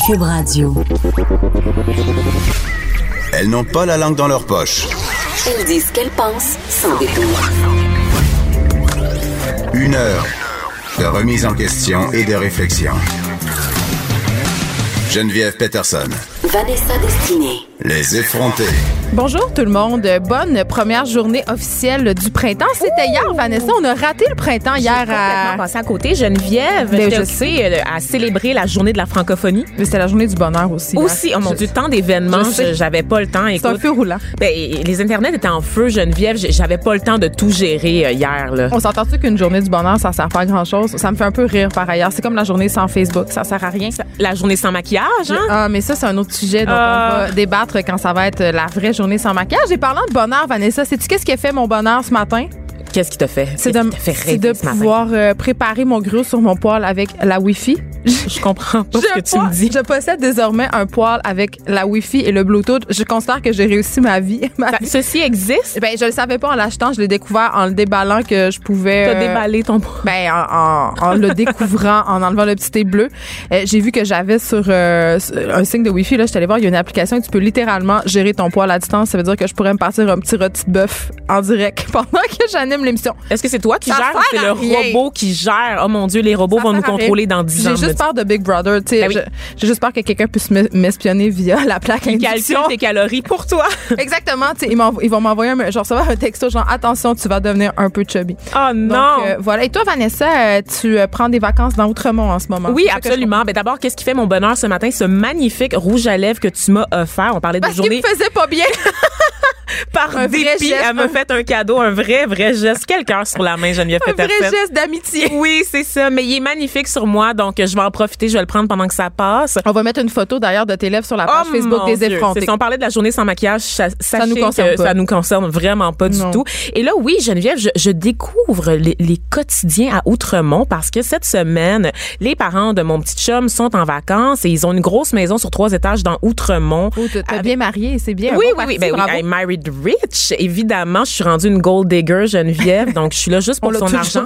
Cube Radio. Elles n'ont pas la langue dans leur poche. Elles disent ce qu'elles pensent sans détour. Une heure de remise en question et de réflexion. Geneviève Peterson. Vanessa Destinée. Les effrontés. Bonjour tout le monde. Bonne première journée officielle du printemps. C'était hier, Vanessa. On a raté le printemps hier. J'ai complètement passé à côté. Geneviève, j'étais occupée à célébrer la journée de la francophonie. Mais c'était la journée du bonheur aussi. Aussi, oh mon Dieu, tant d'événements. J'avais pas le temps. C'est un feu roulant. Ben, les internets étaient en feu, Geneviève. J'avais pas le temps de tout gérer hier. Là. On s'entend-tu qu'une journée du bonheur, ça sert pas à grand-chose? Ça me fait un peu rire par ailleurs. C'est comme la journée sans Facebook. Ça sert à rien. La journée sans maquillage, hein? Ah, mais ça, c'est un autre sujet dont on va débattre quand ça va être la vraie journée sans maquillage. Et parlant de bonheur, Vanessa, sais-tu qu'est-ce qui a fait mon bonheur ce matin? Qu'est-ce qui t'a fait? C'est de pouvoir préparer mon gruau sur mon poêle avec la Wi-Fi. Je comprends pas ce que tu me dis. Je possède désormais un poêle avec la Wi-Fi et le Bluetooth. Je considère que j'ai réussi ma vie. Ceci existe? Ben, je le savais pas en l'achetant. Je l'ai découvert en le déballant que je pouvais... T'as déballé ton poêle? Ben, en le découvrant, en enlevant le petit thé bleu. J'ai vu que j'avais sur un signe de Wi-Fi. Là, je suis allée voir, il y a une application et tu peux littéralement gérer ton poêle à distance. Ça veut dire que je pourrais me partir un petit rôti de bœuf en direct pendant que j'anime l'émission. Est-ce que c'est toi qui gères ou c'est le robot qui gère? Oh mon Dieu, les robots vont nous contrôler dans 10 ans. J'ai juste peur de Big Brother. Tu sais, j'ai juste peur que quelqu'un puisse m'espionner via la plaque induction. Calcule tes calories pour toi. Exactement. Tu sais, ils vont m'envoyer recevoir un texto genre attention, tu vas devenir un peu chubby. Oh non. Donc, voilà. Et toi, Vanessa, tu prends des vacances dans Outremont en ce moment? Oui, absolument. Ben d'abord, qu'est-ce qui fait mon bonheur ce matin? Ce magnifique rouge à lèvres que tu m'as offert. On parlait de journée. Parce qu'il me faisait pas bien. Par un dépit, elle m'a fait un cadeau, un vrai geste. Quel cœur sur la main, Geneviève Peterson. Un vrai geste d'amitié. Oui, c'est ça. Mais il est magnifique sur moi, donc je vais en profiter. Je vais le prendre pendant que ça passe. On va mettre une photo d'ailleurs de tes lèvres sur la page Facebook des effrontés. Si on parlait de la journée sans maquillage, sachez ça nous concerne que pas. Ça nous concerne vraiment pas du tout. Et là, oui, Geneviève, je découvre les quotidiens à Outremont parce que cette semaine, les parents de mon petit chum sont en vacances et ils ont une grosse maison sur 3 étages dans Outremont. Oh, t'as bien marié, c'est bien. Oui. Ben oui, I'm married rich. Évidemment, je suis rendue une gold digger, Geneviève, donc je suis là juste pour son argent.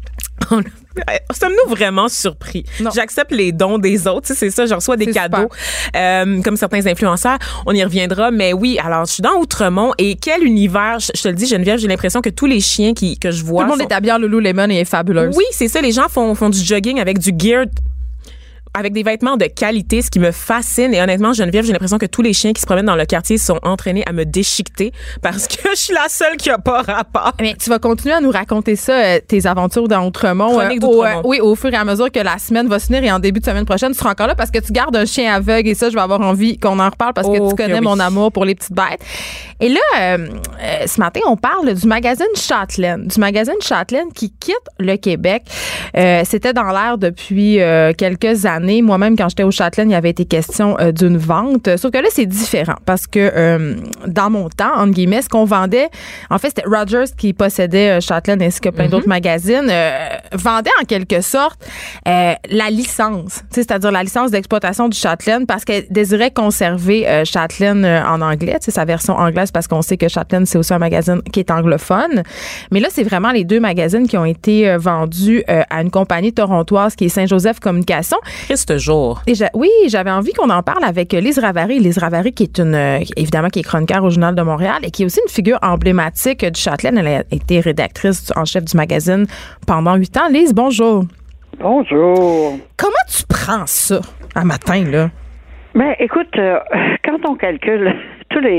Sommes-nous vraiment surpris? Non. J'accepte les dons des autres, c'est ça, je reçois des cadeaux comme certains influenceurs, on y reviendra, mais oui, alors je suis dans Outremont et quel univers, je te le dis Geneviève, j'ai l'impression que tous les chiens que je vois... Tout le monde est habillé en Lululemon et est fabuleuse. Oui, c'est ça, les gens font du jogging avec du gear... avec des vêtements de qualité, ce qui me fascine. Et honnêtement, Geneviève, j'ai l'impression que tous les chiens qui se promènent dans le quartier sont entraînés à me déchiqueter parce que je suis la seule qui a pas rapport. Mais tu vas continuer à nous raconter ça, tes aventures dans Outremont. Oui, au fur et à mesure que la semaine va se finir et en début de semaine prochaine, tu seras encore là parce que tu gardes un chien aveugle et ça, je vais avoir envie qu'on en reparle parce que tu connais mon amour pour les petites bêtes. Et là, ce matin, on parle du magazine Châtelaine. Du magazine Châtelaine qui quitte le Québec. C'était dans l'air depuis quelques années. Moi-même, quand j'étais au Châtelaine, il y avait été question d'une vente. Sauf que là, c'est différent parce que dans mon temps, entre guillemets, ce qu'on vendait, en fait, c'était Rogers qui possédait Châtelaine ainsi que plein d'autres magazines, vendait en quelque sorte la licence, c'est-à-dire la licence d'exploitation du Châtelaine parce qu'elle désirait conserver Châtelaine en anglais, sa version anglaise parce qu'on sait que Châtelaine, c'est aussi un magazine qui est anglophone. Mais là, c'est vraiment les 2 magazines qui ont été vendus à une compagnie torontoise qui est Saint-Joseph Communication. Ce jour. Et j'avais envie qu'on en parle avec Lise Ravary. Lise Ravary, qui est évidemment, qui est chroniqueur au Journal de Montréal et qui est aussi une figure emblématique du Châtelaine. Elle a été rédactrice en chef du magazine pendant 8 ans. Lise, bonjour. Bonjour. Comment tu prends ça, un matin, là? Ben, écoute, quand on calcule tout tout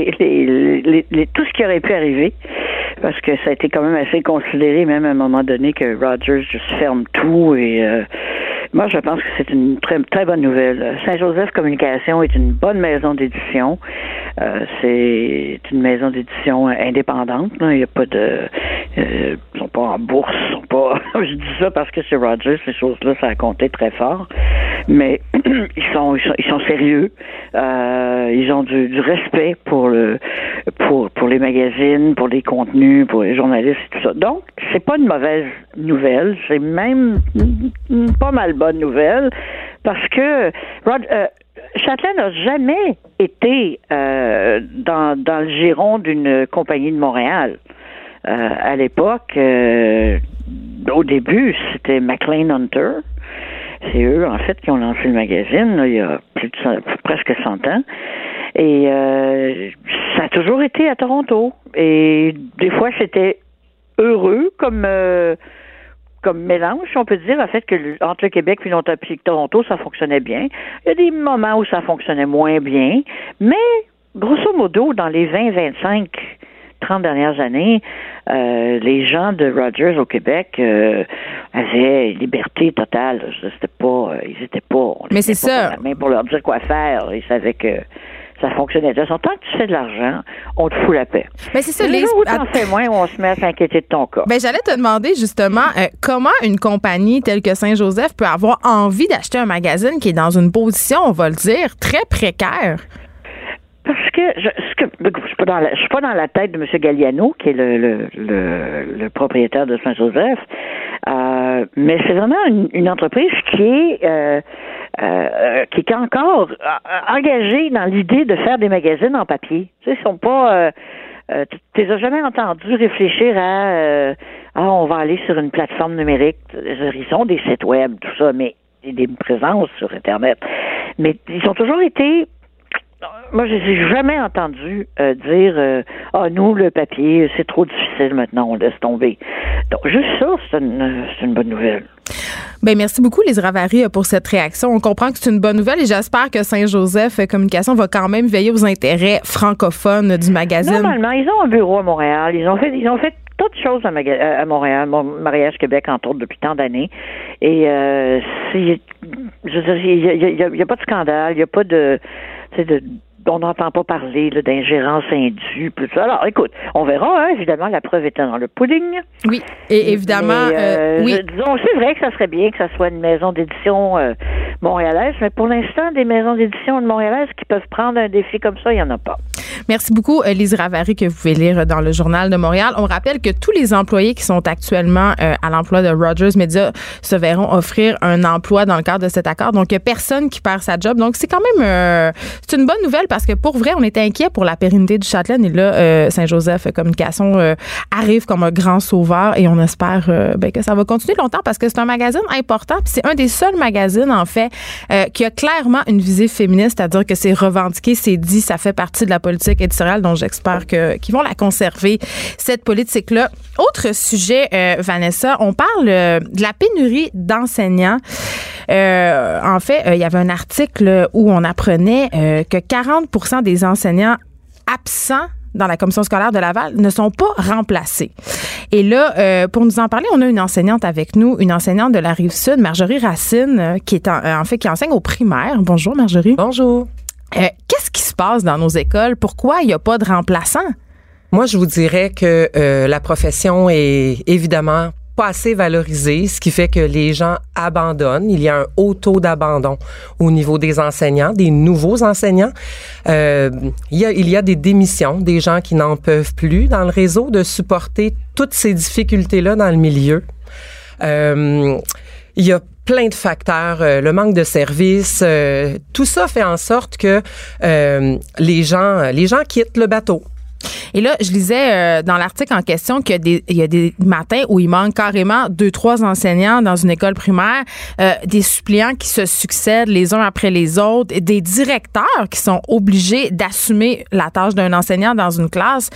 ce qui aurait pu arriver, parce que ça a été quand même assez considéré, même à un moment donné, que Rogers juste ferme tout et moi, je pense que c'est une très, très bonne nouvelle. Saint-Joseph Communication est une bonne maison d'édition. C'est une maison d'édition indépendante. Là. Il n'y a pas de... ils sont pas en bourse. Ils sont pas... Je dis ça parce que c'est Rogers. Ces choses-là, ça a compté très fort. Mais ils sont sérieux. Ils ont du respect pour les magazines, pour les contenus, pour les journalistes et tout ça. Donc, c'est pas une mauvaise nouvelle. C'est même pas mal bonne nouvelle parce que Châtelaine n'a jamais été dans le giron d'une compagnie de Montréal. À l'époque, au début, c'était McLean Hunter. C'est eux, en fait, qui ont lancé le magazine, là, il y a presque 100 ans. Et ça a toujours été à Toronto. Et des fois, c'était heureux comme mélange, on peut dire, en fait, que entre le Québec et l'Ontario et Toronto, ça fonctionnait bien. Il y a des moments où ça fonctionnait moins bien, mais grosso modo, dans les 20, 25, 30 dernières années, les gens de Rogers au Québec avaient liberté totale. C'était pas, ils étaient pas. Mais c'est ça. La main pour leur dire quoi faire. Ils savaient que ça fonctionnait. De toute façon, tant que tu fais de l'argent, on te fout la paix. Mais c'est ça. Les jours où t'en fais moins, on se met à s'inquiéter de ton cas. Ben, j'allais te demander justement comment une compagnie telle que Saint-Joseph peut avoir envie d'acheter un magazine qui est dans une position, on va le dire, très précaire. Parce que je suis pas dans la tête de M. Galliano, qui est le propriétaire de Saint-Joseph, mais c'est vraiment une entreprise qui est encore engagée dans l'idée de faire des magazines en papier. Tu sais, ils sont pas. Tu les as jamais entendus réfléchir à on va aller sur une plateforme numérique. Ils ont des sites web, tout ça, mais des présences sur Internet. Mais ils ont toujours été. Moi, je n'ai jamais entendu dire nous, le papier, c'est trop difficile maintenant, on laisse tomber. Donc, juste ça, c'est une bonne nouvelle. Ben merci beaucoup, Lise Ravary, pour cette réaction. On comprend que c'est une bonne nouvelle et j'espère que Saint-Joseph Communication va quand même veiller aux intérêts francophones du magazine. Normalement, ils ont un bureau à Montréal. Ils ont fait toutes choses à Montréal, Mariage Québec, entre autres, depuis tant d'années. Et il n'y a pas de scandale, il n'y a pas de on n'entend pas parler là, d'ingérence indue. Alors, écoute, on verra, évidemment, la preuve étant dans le pudding. Oui, et évidemment, oui. Disons, c'est vrai que ça serait bien que ça soit une maison d'édition montréalaise, mais pour l'instant, des maisons d'édition montréalaises qui peuvent prendre un défi comme ça, il n'y en a pas. Merci beaucoup, Lise Ravary, que vous pouvez lire dans le Journal de Montréal. On rappelle que tous les employés qui sont actuellement à l'emploi de Rogers Media se verront offrir un emploi dans le cadre de cet accord. Donc, il n'y a personne qui perd sa job. Donc, c'est quand même c'est une bonne nouvelle parce que pour vrai, on était inquiets pour la pérennité du Châtelaine. Et là, Saint-Joseph Communication arrive comme un grand sauveur et on espère que ça va continuer longtemps parce que c'est un magazine important. Puis c'est un des seuls magazines, en fait, qui a clairement une visée féministe, c'est-à-dire que c'est revendiqué, c'est dit, ça fait partie de la politique éditoriale, donc j'espère qu'ils vont la conserver, cette politique-là. Autre sujet, Vanessa, on parle de la pénurie d'enseignants. En fait, il y avait un article où on apprenait que 40% des enseignants absents dans la commission scolaire de Laval ne sont pas remplacés. Et là, pour nous en parler, on a une enseignante avec nous, une enseignante de la Rive-Sud, Marjorie Racine, qui est qui enseigne au primaire. Bonjour, Marjorie. Bonjour. Qu'est-ce qui se passe dans nos écoles? Pourquoi il n'y a pas de remplaçants? Moi, je vous dirais que la profession est évidemment pas assez valorisée, ce qui fait que les gens abandonnent. Il y a un haut taux d'abandon au niveau des enseignants, des nouveaux enseignants. Il y a des démissions, des gens qui n'en peuvent plus dans le réseau de supporter toutes ces difficultés-là dans le milieu. Il y a plein de facteurs, le manque de services, tout ça fait en sorte que les gens quittent le bateau. Et là, je lisais dans l'article en question qu'il y a des matins où il manque carrément 2-3 enseignants dans une école primaire, des suppléants qui se succèdent les uns après les autres, des directeurs qui sont obligés d'assumer la tâche d'un enseignant dans une classe.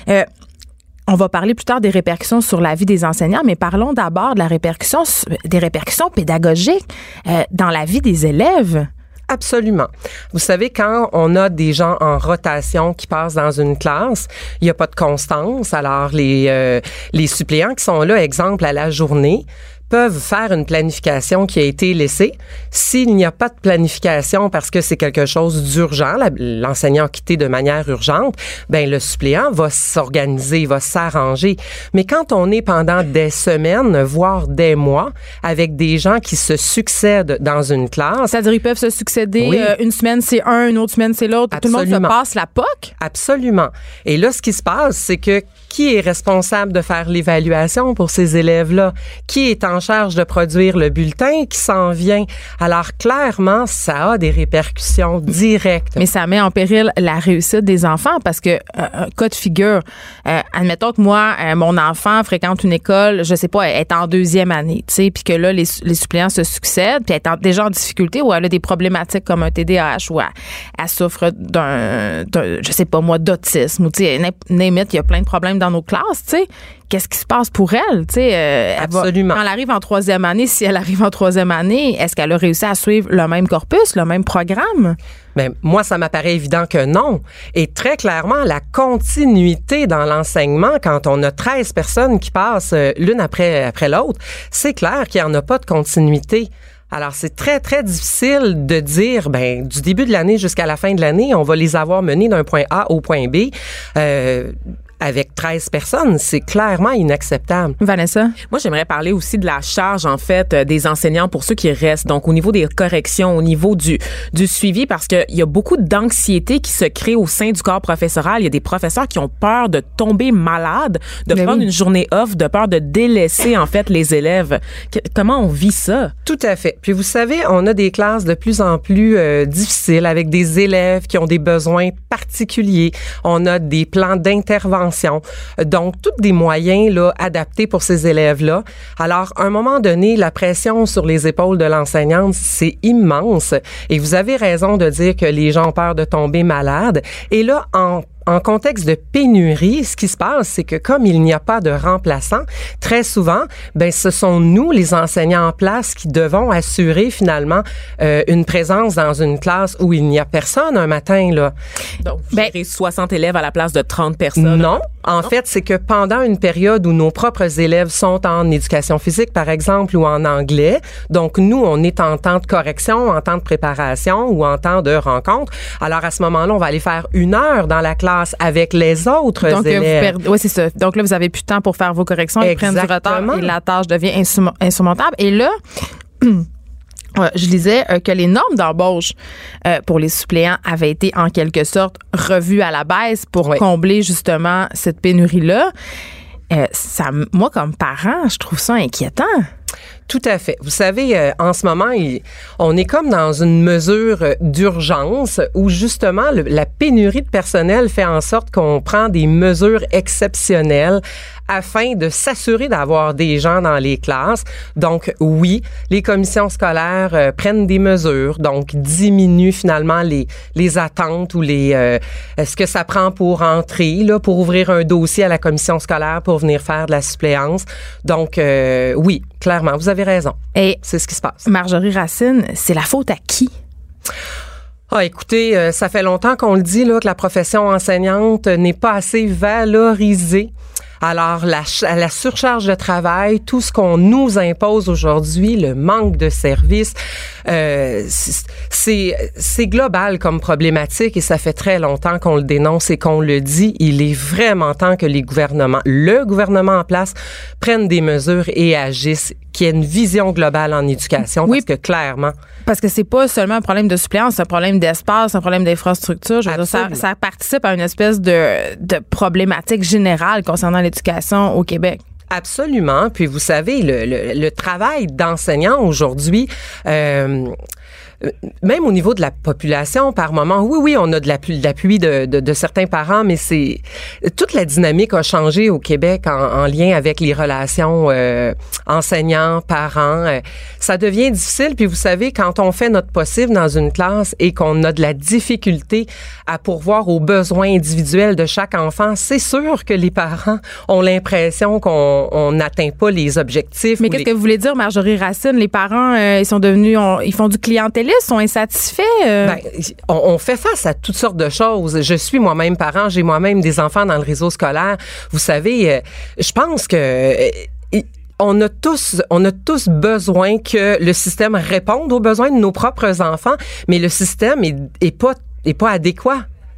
On va parler plus tard des répercussions sur la vie des enseignants, mais parlons d'abord des répercussions pédagogiques dans la vie des élèves. Absolument. Vous savez, quand on a des gens en rotation qui passent dans une classe, il n'y a pas de constance. Alors, les suppléants qui sont là, exemple, à la journée, peuvent faire une planification qui a été laissée. S'il n'y a pas de planification parce que c'est quelque chose d'urgent, l'enseignant a quitté de manière urgente, ben le suppléant va s'organiser, va s'arranger. Mais quand on est pendant des semaines, voire des mois, avec des gens qui se succèdent dans une classe... C'est-à-dire ils peuvent se succéder, oui. Une semaine c'est un, une autre semaine c'est l'autre, tout le monde se passe la POC? Absolument. Et là, ce qui se passe, c'est que Qui est responsable de faire l'évaluation pour ces élèves-là? Qui est en charge de produire le bulletin qui s'en vient? Alors, clairement, ça a des répercussions directes. Mais ça met en péril la réussite des enfants parce que, cas de figure, admettons que moi, mon enfant fréquente une école, je sais pas, elle est en 2e année, tu sais, puis que là, les suppléants se succèdent, puis elle est déjà en difficulté ou elle a des problématiques comme un TDAH ou elle souffre d'un je sais pas moi, d'autisme ou, tu sais, name it, il y a plein de problèmes dans nos classes, tu sais. Qu'est-ce qui se passe pour elle, tu sais? Absolument. Quand elle arrive en 3e année, si elle arrive en 3e année, est-ce qu'elle a réussi à suivre le même corpus, le même programme? Ben, moi, ça m'apparaît évident que non. Et très clairement, la continuité dans l'enseignement, quand on a 13 personnes qui passent l'une après l'autre, c'est clair qu'il n'y en a pas de continuité. Alors, c'est très, très difficile de dire, ben, du début de l'année jusqu'à la fin de l'année, on va les avoir menés d'un point A au point B. Avec 13 personnes, c'est clairement inacceptable. Vanessa? Moi, j'aimerais parler aussi de la charge, en fait, des enseignants pour ceux qui restent. Donc, au niveau des corrections, au niveau du suivi, parce qu'il y a beaucoup d'anxiété qui se crée au sein du corps professoral. Il y a des professeurs qui ont peur de tomber malades, de prendre une journée off, de peur de délaisser, en fait, les élèves. Comment on vit ça? Tout à fait. Puis, vous savez, on a des classes de plus en plus difficiles avec des élèves qui ont des besoins particuliers. On a des plans d'intervention. Donc, tous des moyens là adaptés pour ces élèves-là. Alors, à un moment donné, la pression sur les épaules de l'enseignante, c'est immense. Et vous avez raison de dire que les gens ont peur de tomber malades. Et là, en contexte de pénurie, ce qui se passe, c'est que comme il n'y a pas de remplaçants, très souvent, ben ce sont nous, les enseignants en place, qui devons assurer finalement une présence dans une classe où il n'y a personne un matin là. Donc, gérer 60 élèves à la place de 30 personnes. Non. En fait, c'est que pendant une période où nos propres élèves sont en éducation physique, par exemple, ou en anglais, donc nous, on est en temps de correction, en temps de préparation ou en temps de rencontre. Alors, à ce moment-là, on va aller faire 1 heure dans la classe avec les autres élèves. Oui, c'est ça. Donc là, vous avez plus de temps pour faire vos corrections. Ils prennent du retard et la tâche devient insurmontable. Et là... je lisais que les normes d'embauche pour les suppléants avaient été en quelque sorte revues à la baisse pour combler justement cette pénurie-là. Moi, comme parent, je trouve ça inquiétant. Tout à fait. Vous savez, en ce moment, on est comme dans une mesure d'urgence où justement la pénurie de personnel fait en sorte qu'on prend des mesures exceptionnelles afin de s'assurer d'avoir des gens dans les classes. Donc, oui, les commissions scolaires prennent des mesures, donc diminuent finalement les attentes ou ce que ça prend pour entrer, là, pour ouvrir un dossier à la commission scolaire pour venir faire de la suppléance. Donc, oui, clairement, vous avez raison. Et c'est ce qui se passe. Marjorie Racine, c'est la faute à qui? Ah, écoutez, ça fait longtemps qu'on le dit là que la profession enseignante n'est pas assez valorisée. Alors, la surcharge de travail, tout ce qu'on nous impose aujourd'hui, le manque de services, c'est global comme problématique et ça fait très longtemps qu'on le dénonce et qu'on le dit. Il est vraiment temps que le gouvernement en place, prenne des mesures et agisse, qu'il y ait une vision globale en éducation, parce que clairement... Parce que c'est pas seulement un problème de suppléance, c'est un problème d'espace, un problème d'infrastructure. Je veux dire, ça participe à une espèce de problématique générale concernant l'éducation au Québec. Absolument. Puis vous savez, le travail d'enseignant aujourd'hui... même au niveau de la population, par moment, oui, on a de l'appui de certains parents, mais toute la dynamique a changé au Québec en lien avec les relations enseignants, parents. Ça devient difficile, puis vous savez, quand on fait notre possible dans une classe et qu'on a de la difficulté à pourvoir aux besoins individuels de chaque enfant, c'est sûr que les parents ont l'impression qu'on n'atteint pas les objectifs. Mais qu'est-ce que vous voulez dire, Marjorie Racine? Les parents, ils sont devenus, ils font du clientélisme, sont insatisfaits? On fait face à toutes sortes de choses. Je suis moi-même parent, j'ai moi-même des enfants dans le réseau scolaire. Vous savez, je pense que... On a tous besoin que le système réponde aux besoins de nos propres enfants, mais le système est pas adéquat.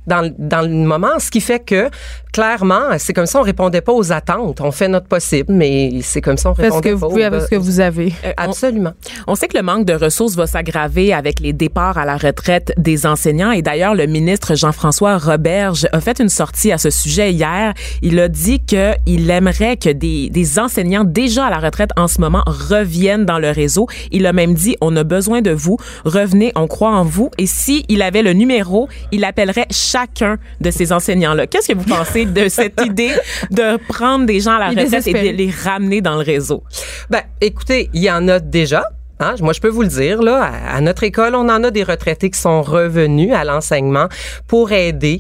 dans le moment, ce qui fait que, clairement, c'est comme ça, on répondait pas aux attentes. On fait notre possible, mais c'est comme ça, on répondait pas. Faites ce que vous pouvez avec ce que vous avez. Absolument. On sait que le manque de ressources va s'aggraver avec les départs à la retraite des enseignants. Et d'ailleurs, le ministre Jean-François Roberge a fait une sortie à ce sujet hier. Il a dit qu'il aimerait que des enseignants déjà à la retraite en ce moment reviennent dans le réseau. Il a même dit, on a besoin de vous. Revenez, on croit en vous. Et s'il avait le numéro, il appellerait chacun de ces enseignants-là. Qu'est-ce que vous pensez de cette idée de prendre des gens à la retraite et de les ramener dans le réseau? Ben, écoutez, il y en a déjà. Hein? Moi, je peux vous le dire, là, à notre école, on en a des retraités qui sont revenus à l'enseignement pour aider.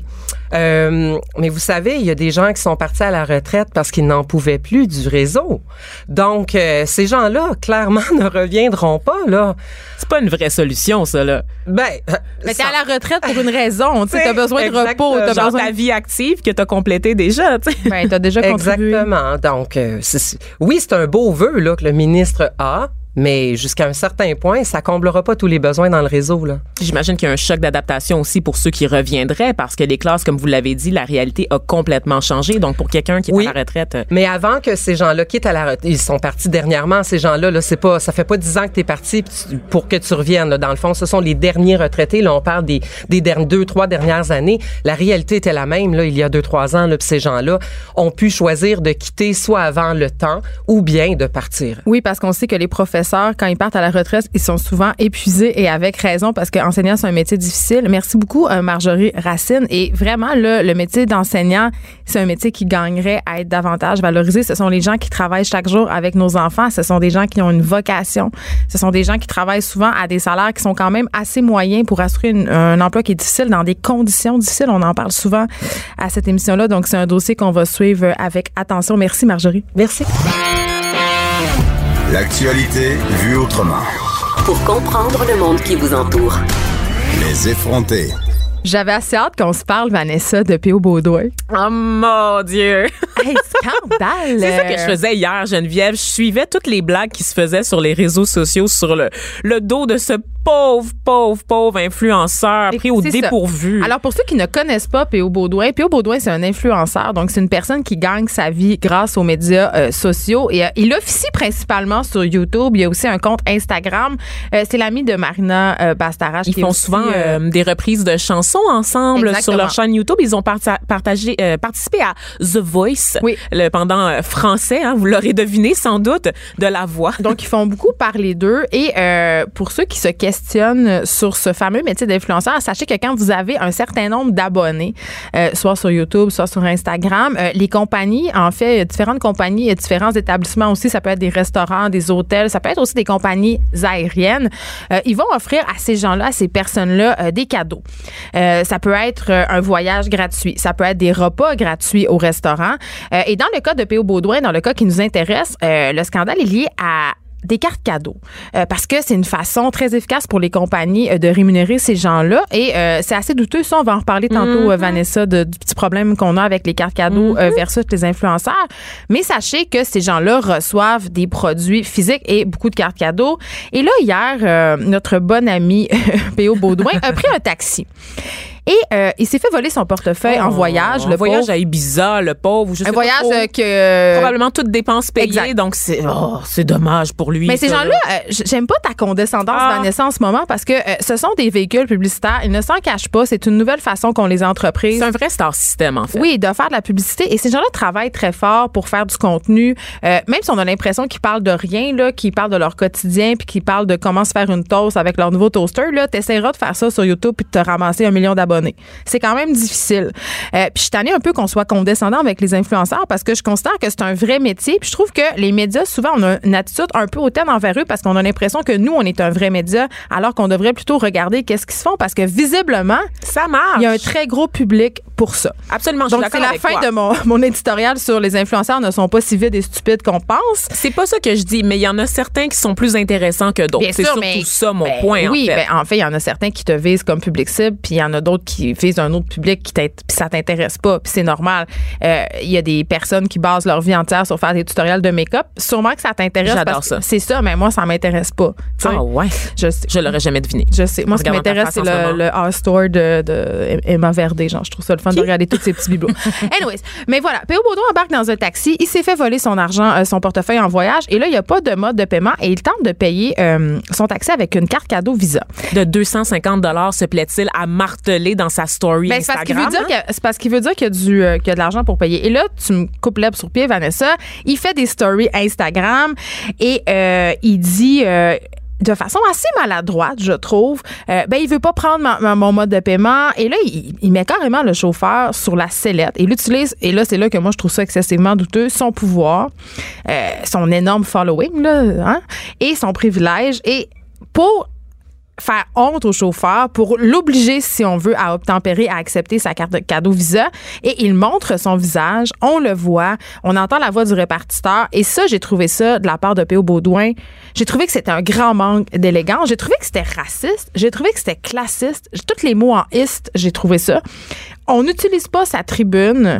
Mais vous savez, il y a des gens qui sont partis à la retraite parce qu'ils n'en pouvaient plus du réseau. Donc, ces gens-là, clairement, ne reviendront pas, là. C'est pas une vraie solution, ça, là. Mais t'es à la retraite pour une raison. Tu sais, t'as besoin de repos. T'as genre besoin ta vie active que t'as complétée déjà, tu sais. Ben, t'as déjà contribué. Exactement. Donc, oui, c'est un beau vœu, là, que le ministre a. Mais jusqu'à un certain point, ça comblera pas tous les besoins dans le réseau, là. J'imagine qu'il y a un choc d'adaptation aussi pour ceux qui reviendraient parce que les classes, comme vous l'avez dit, la réalité a complètement changé. Donc, pour quelqu'un qui est à la retraite. Mais avant que ces gens-là quittent à la retraite, ils sont partis dernièrement, ces gens-là, là, ça fait pas 10 ans que t'es parti pour que tu reviennes, là. Dans le fond, ce sont les derniers retraités. Là, on parle des 2-3 dernières années. La réalité était la même, là, il y a 2-3 ans, là, puis ces gens-là ont pu choisir de quitter soit avant le temps ou bien de partir. Oui, parce qu'on sait que les professeurs, quand ils partent à la retraite, ils sont souvent épuisés et avec raison parce qu'enseignant, c'est un métier difficile. Merci beaucoup, Marjorie Racine. Et vraiment, là, le métier d'enseignant, c'est un métier qui gagnerait à être davantage valorisé. Ce sont les gens qui travaillent chaque jour avec nos enfants. Ce sont des gens qui ont une vocation. Ce sont des gens qui travaillent souvent à des salaires qui sont quand même assez moyens pour assurer un emploi qui est difficile dans des conditions difficiles. On en parle souvent à cette émission-là. Donc, c'est un dossier qu'on va suivre avec attention. Merci, Marjorie. Merci. L'actualité vue autrement. Pour comprendre le monde qui vous entoure. Les effrontés. J'avais assez hâte qu'on se parle, Vanessa, de P.O. Baudouin. Oh mon Dieu! Hey, scandale! C'est ça que je faisais hier, Geneviève. Je suivais toutes les blagues qui se faisaient sur les réseaux sociaux sur le dos de ce pauvre influenceur pris au dépourvu. Alors, pour ceux qui ne connaissent pas P.O. Baudouin, c'est un influenceur. Donc, c'est une personne qui gagne sa vie grâce aux médias sociaux. Et il officie principalement sur YouTube. Il y a aussi un compte Instagram. C'est l'ami de Marina Bastarache. Ils font souvent des reprises de chansons ensemble. Exactement. Sur leur chaîne YouTube. Ils ont participé à The Voice, le pendant français. Hein, vous l'aurez deviné sans doute, de La Voix. Donc, ils font beaucoup parler d'eux. Et pour ceux qui se questionnent sur ce fameux métier d'influenceur, sachez que quand vous avez un certain nombre d'abonnés, soit sur YouTube, soit sur Instagram, les compagnies, en fait, différentes compagnies et différents établissements aussi, ça peut être des restaurants, des hôtels, ça peut être aussi des compagnies aériennes, ils vont offrir à ces gens-là, à ces personnes-là, des cadeaux. Ça peut être un voyage gratuit, ça peut être des repas gratuits au restaurant. Et dans le cas de P.O. Baudouin, dans le cas qui nous intéresse, le scandale est lié à des cartes cadeaux. Parce que c'est une façon très efficace pour les compagnies de rémunérer ces gens-là. Et c'est assez douteux. Ça, on va en reparler tantôt, Vanessa, du petit problème qu'on a avec les cartes cadeaux versus les influenceurs. Mais sachez que ces gens-là reçoivent des produits physiques et beaucoup de cartes cadeaux. Et là, hier, notre bon ami P.O. Baudouin a pris un taxi. Et il s'est fait voler son portefeuille en voyage. Le voyage à Ibiza, le pauvre. Un voyage que... Probablement toutes dépenses payées. Exact. Donc, c'est dommage pour lui. Mais ces gens-là, j'aime pas ta condescendance, Vanessa, en ce moment, parce que ce sont des véhicules publicitaires. Ils ne s'en cachent pas. C'est une nouvelle façon qu'ont les entreprises. C'est un vrai star system, en fait. Oui, de faire de la publicité. Et ces gens-là travaillent très fort pour faire du contenu. Même si on a l'impression qu'ils parlent de rien, là, qu'ils parlent de leur quotidien, puis qu'ils parlent de comment se faire une toast avec leur nouveau toaster, là, t'essaieras de faire ça sur YouTube puis de te ramasser 1 million d'abonnés. C'est quand même difficile. Puis je suis tannée un peu qu'on soit condescendant avec les influenceurs parce que je considère que c'est un vrai métier. Puis je trouve que les médias, souvent, on a une attitude un peu hautaine envers eux parce qu'on a l'impression que nous, on est un vrai média alors qu'on devrait plutôt regarder qu'est-ce qu'ils se font parce que visiblement, ça marche. Il y a un très gros public pour ça. Absolument, je Donc, suis d'accord avec toi. c'est la fin de mon éditorial sur les influenceurs ne sont pas si vides et stupides qu'on pense. C'est pas ça que je dis, mais il y en a certains qui sont plus intéressants que d'autres. C'est surtout ça mon point, oui, en fait. En fait, il y en a certains qui te visent comme public cible, puis il y en a d'autres qui visent un autre public puis ça t'intéresse pas, puis c'est normal. Il y a des personnes qui basent leur vie entière sur faire des tutoriels de make-up. Sûrement que ça t'intéresse. J'adore ça. C'est ça, mais moi, ça m'intéresse pas. Ah ouais? Je l'aurais jamais deviné. Je sais. Moi, ce qui m'intéresse, c'est le Art Store de Emma Verdé. Genre, je trouve ça le fun de regarder tous ces petits bibelots. Anyways, mais voilà. P.O. Baudouin embarque dans un taxi. Il s'est fait voler son argent, son portefeuille en voyage. Et là, il n'y a pas de mode de paiement et il tente de payer son taxi avec une carte cadeau Visa. De 250 $ se plaît-il à marteler dans sa story Instagram? C'est parce qu'il veut dire qu'il y a de l'argent pour payer. Et là, tu me coupes l'herbe sur pied, Vanessa. Il fait des stories Instagram et il dit... de façon assez maladroite, je trouve, il veut pas prendre mon mode de paiement. Et là, il met carrément le chauffeur sur la sellette. Et l'utilise, et là, c'est là que moi, je trouve ça excessivement douteux, son pouvoir, son énorme following, là, hein, et son privilège. Et pour faire honte au chauffeur, pour l'obliger, si on veut, à obtempérer, à accepter sa carte de cadeau Visa. Et il montre son visage, on le voit, on entend la voix du répartiteur. Et ça, j'ai trouvé ça, de la part de P.O. Baudouin, j'ai trouvé que c'était un grand manque d'élégance. J'ai trouvé que c'était raciste. J'ai trouvé que c'était classiste. Tous les mots en « iste », j'ai trouvé ça. On n'utilise pas sa tribune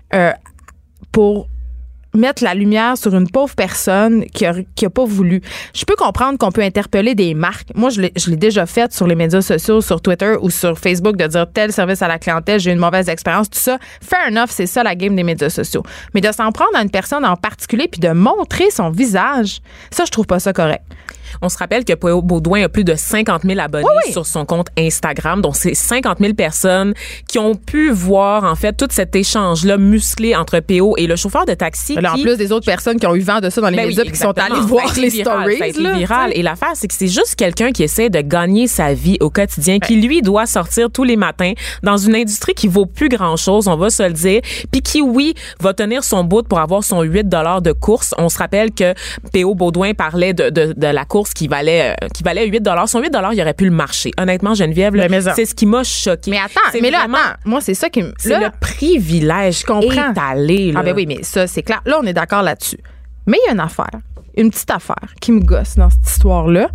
pour mettre la lumière sur une pauvre personne qui a pas voulu. Je peux comprendre qu'on peut interpeller des marques. Moi, je l'ai déjà fait sur les médias sociaux, sur Twitter ou sur Facebook, de dire tel service à la clientèle, j'ai eu une mauvaise expérience, tout ça. Fair enough, c'est ça la game des médias sociaux. Mais de s'en prendre à une personne en particulier puis de montrer son visage, ça, je trouve pas ça correct. On se rappelle que P.O. Baudouin a plus de 50 000 abonnés sur son compte Instagram. Donc, c'est 50 000 personnes qui ont pu voir, en fait, tout cet échange-là musclé entre P.O. et le chauffeur de taxi. Là, en plus des autres personnes qui ont eu vent de ça dans les médias et qui sont allées voir les stories. Ça a été viral. Et l'affaire, c'est que c'est juste quelqu'un qui essaie de gagner sa vie au quotidien, qui, lui, doit sortir tous les matins dans une industrie qui vaut plus grand-chose, on va se le dire, puis qui, oui, va tenir son bout pour avoir son 8 $ de course. On se rappelle que P.O. Baudouin parlait de la course qui valait 8 $. Son 8 $, il aurait pu le marcher. Honnêtement, Geneviève, c'est ce qui m'a choqué. Mais attends, moi, c'est ça qui me... C'est le privilège étalé. Là. Ah ben oui, mais ça, c'est clair. Là, on est d'accord là-dessus. Mais il y a une petite affaire qui me gosse dans cette histoire-là.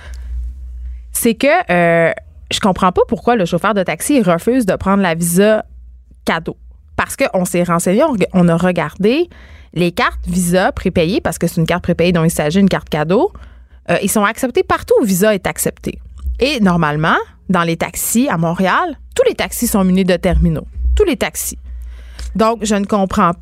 C'est que je comprends pas pourquoi le chauffeur de taxi refuse de prendre la Visa cadeau. Parce qu'on s'est renseigné, on a regardé les cartes Visa prépayées, parce que c'est une carte prépayée dont il s'agit, une carte cadeau. Ils sont acceptés partout où Visa est accepté. Et normalement, dans les taxis à Montréal, tous les taxis sont munis de terminaux. Tous les taxis. Donc, je ne comprends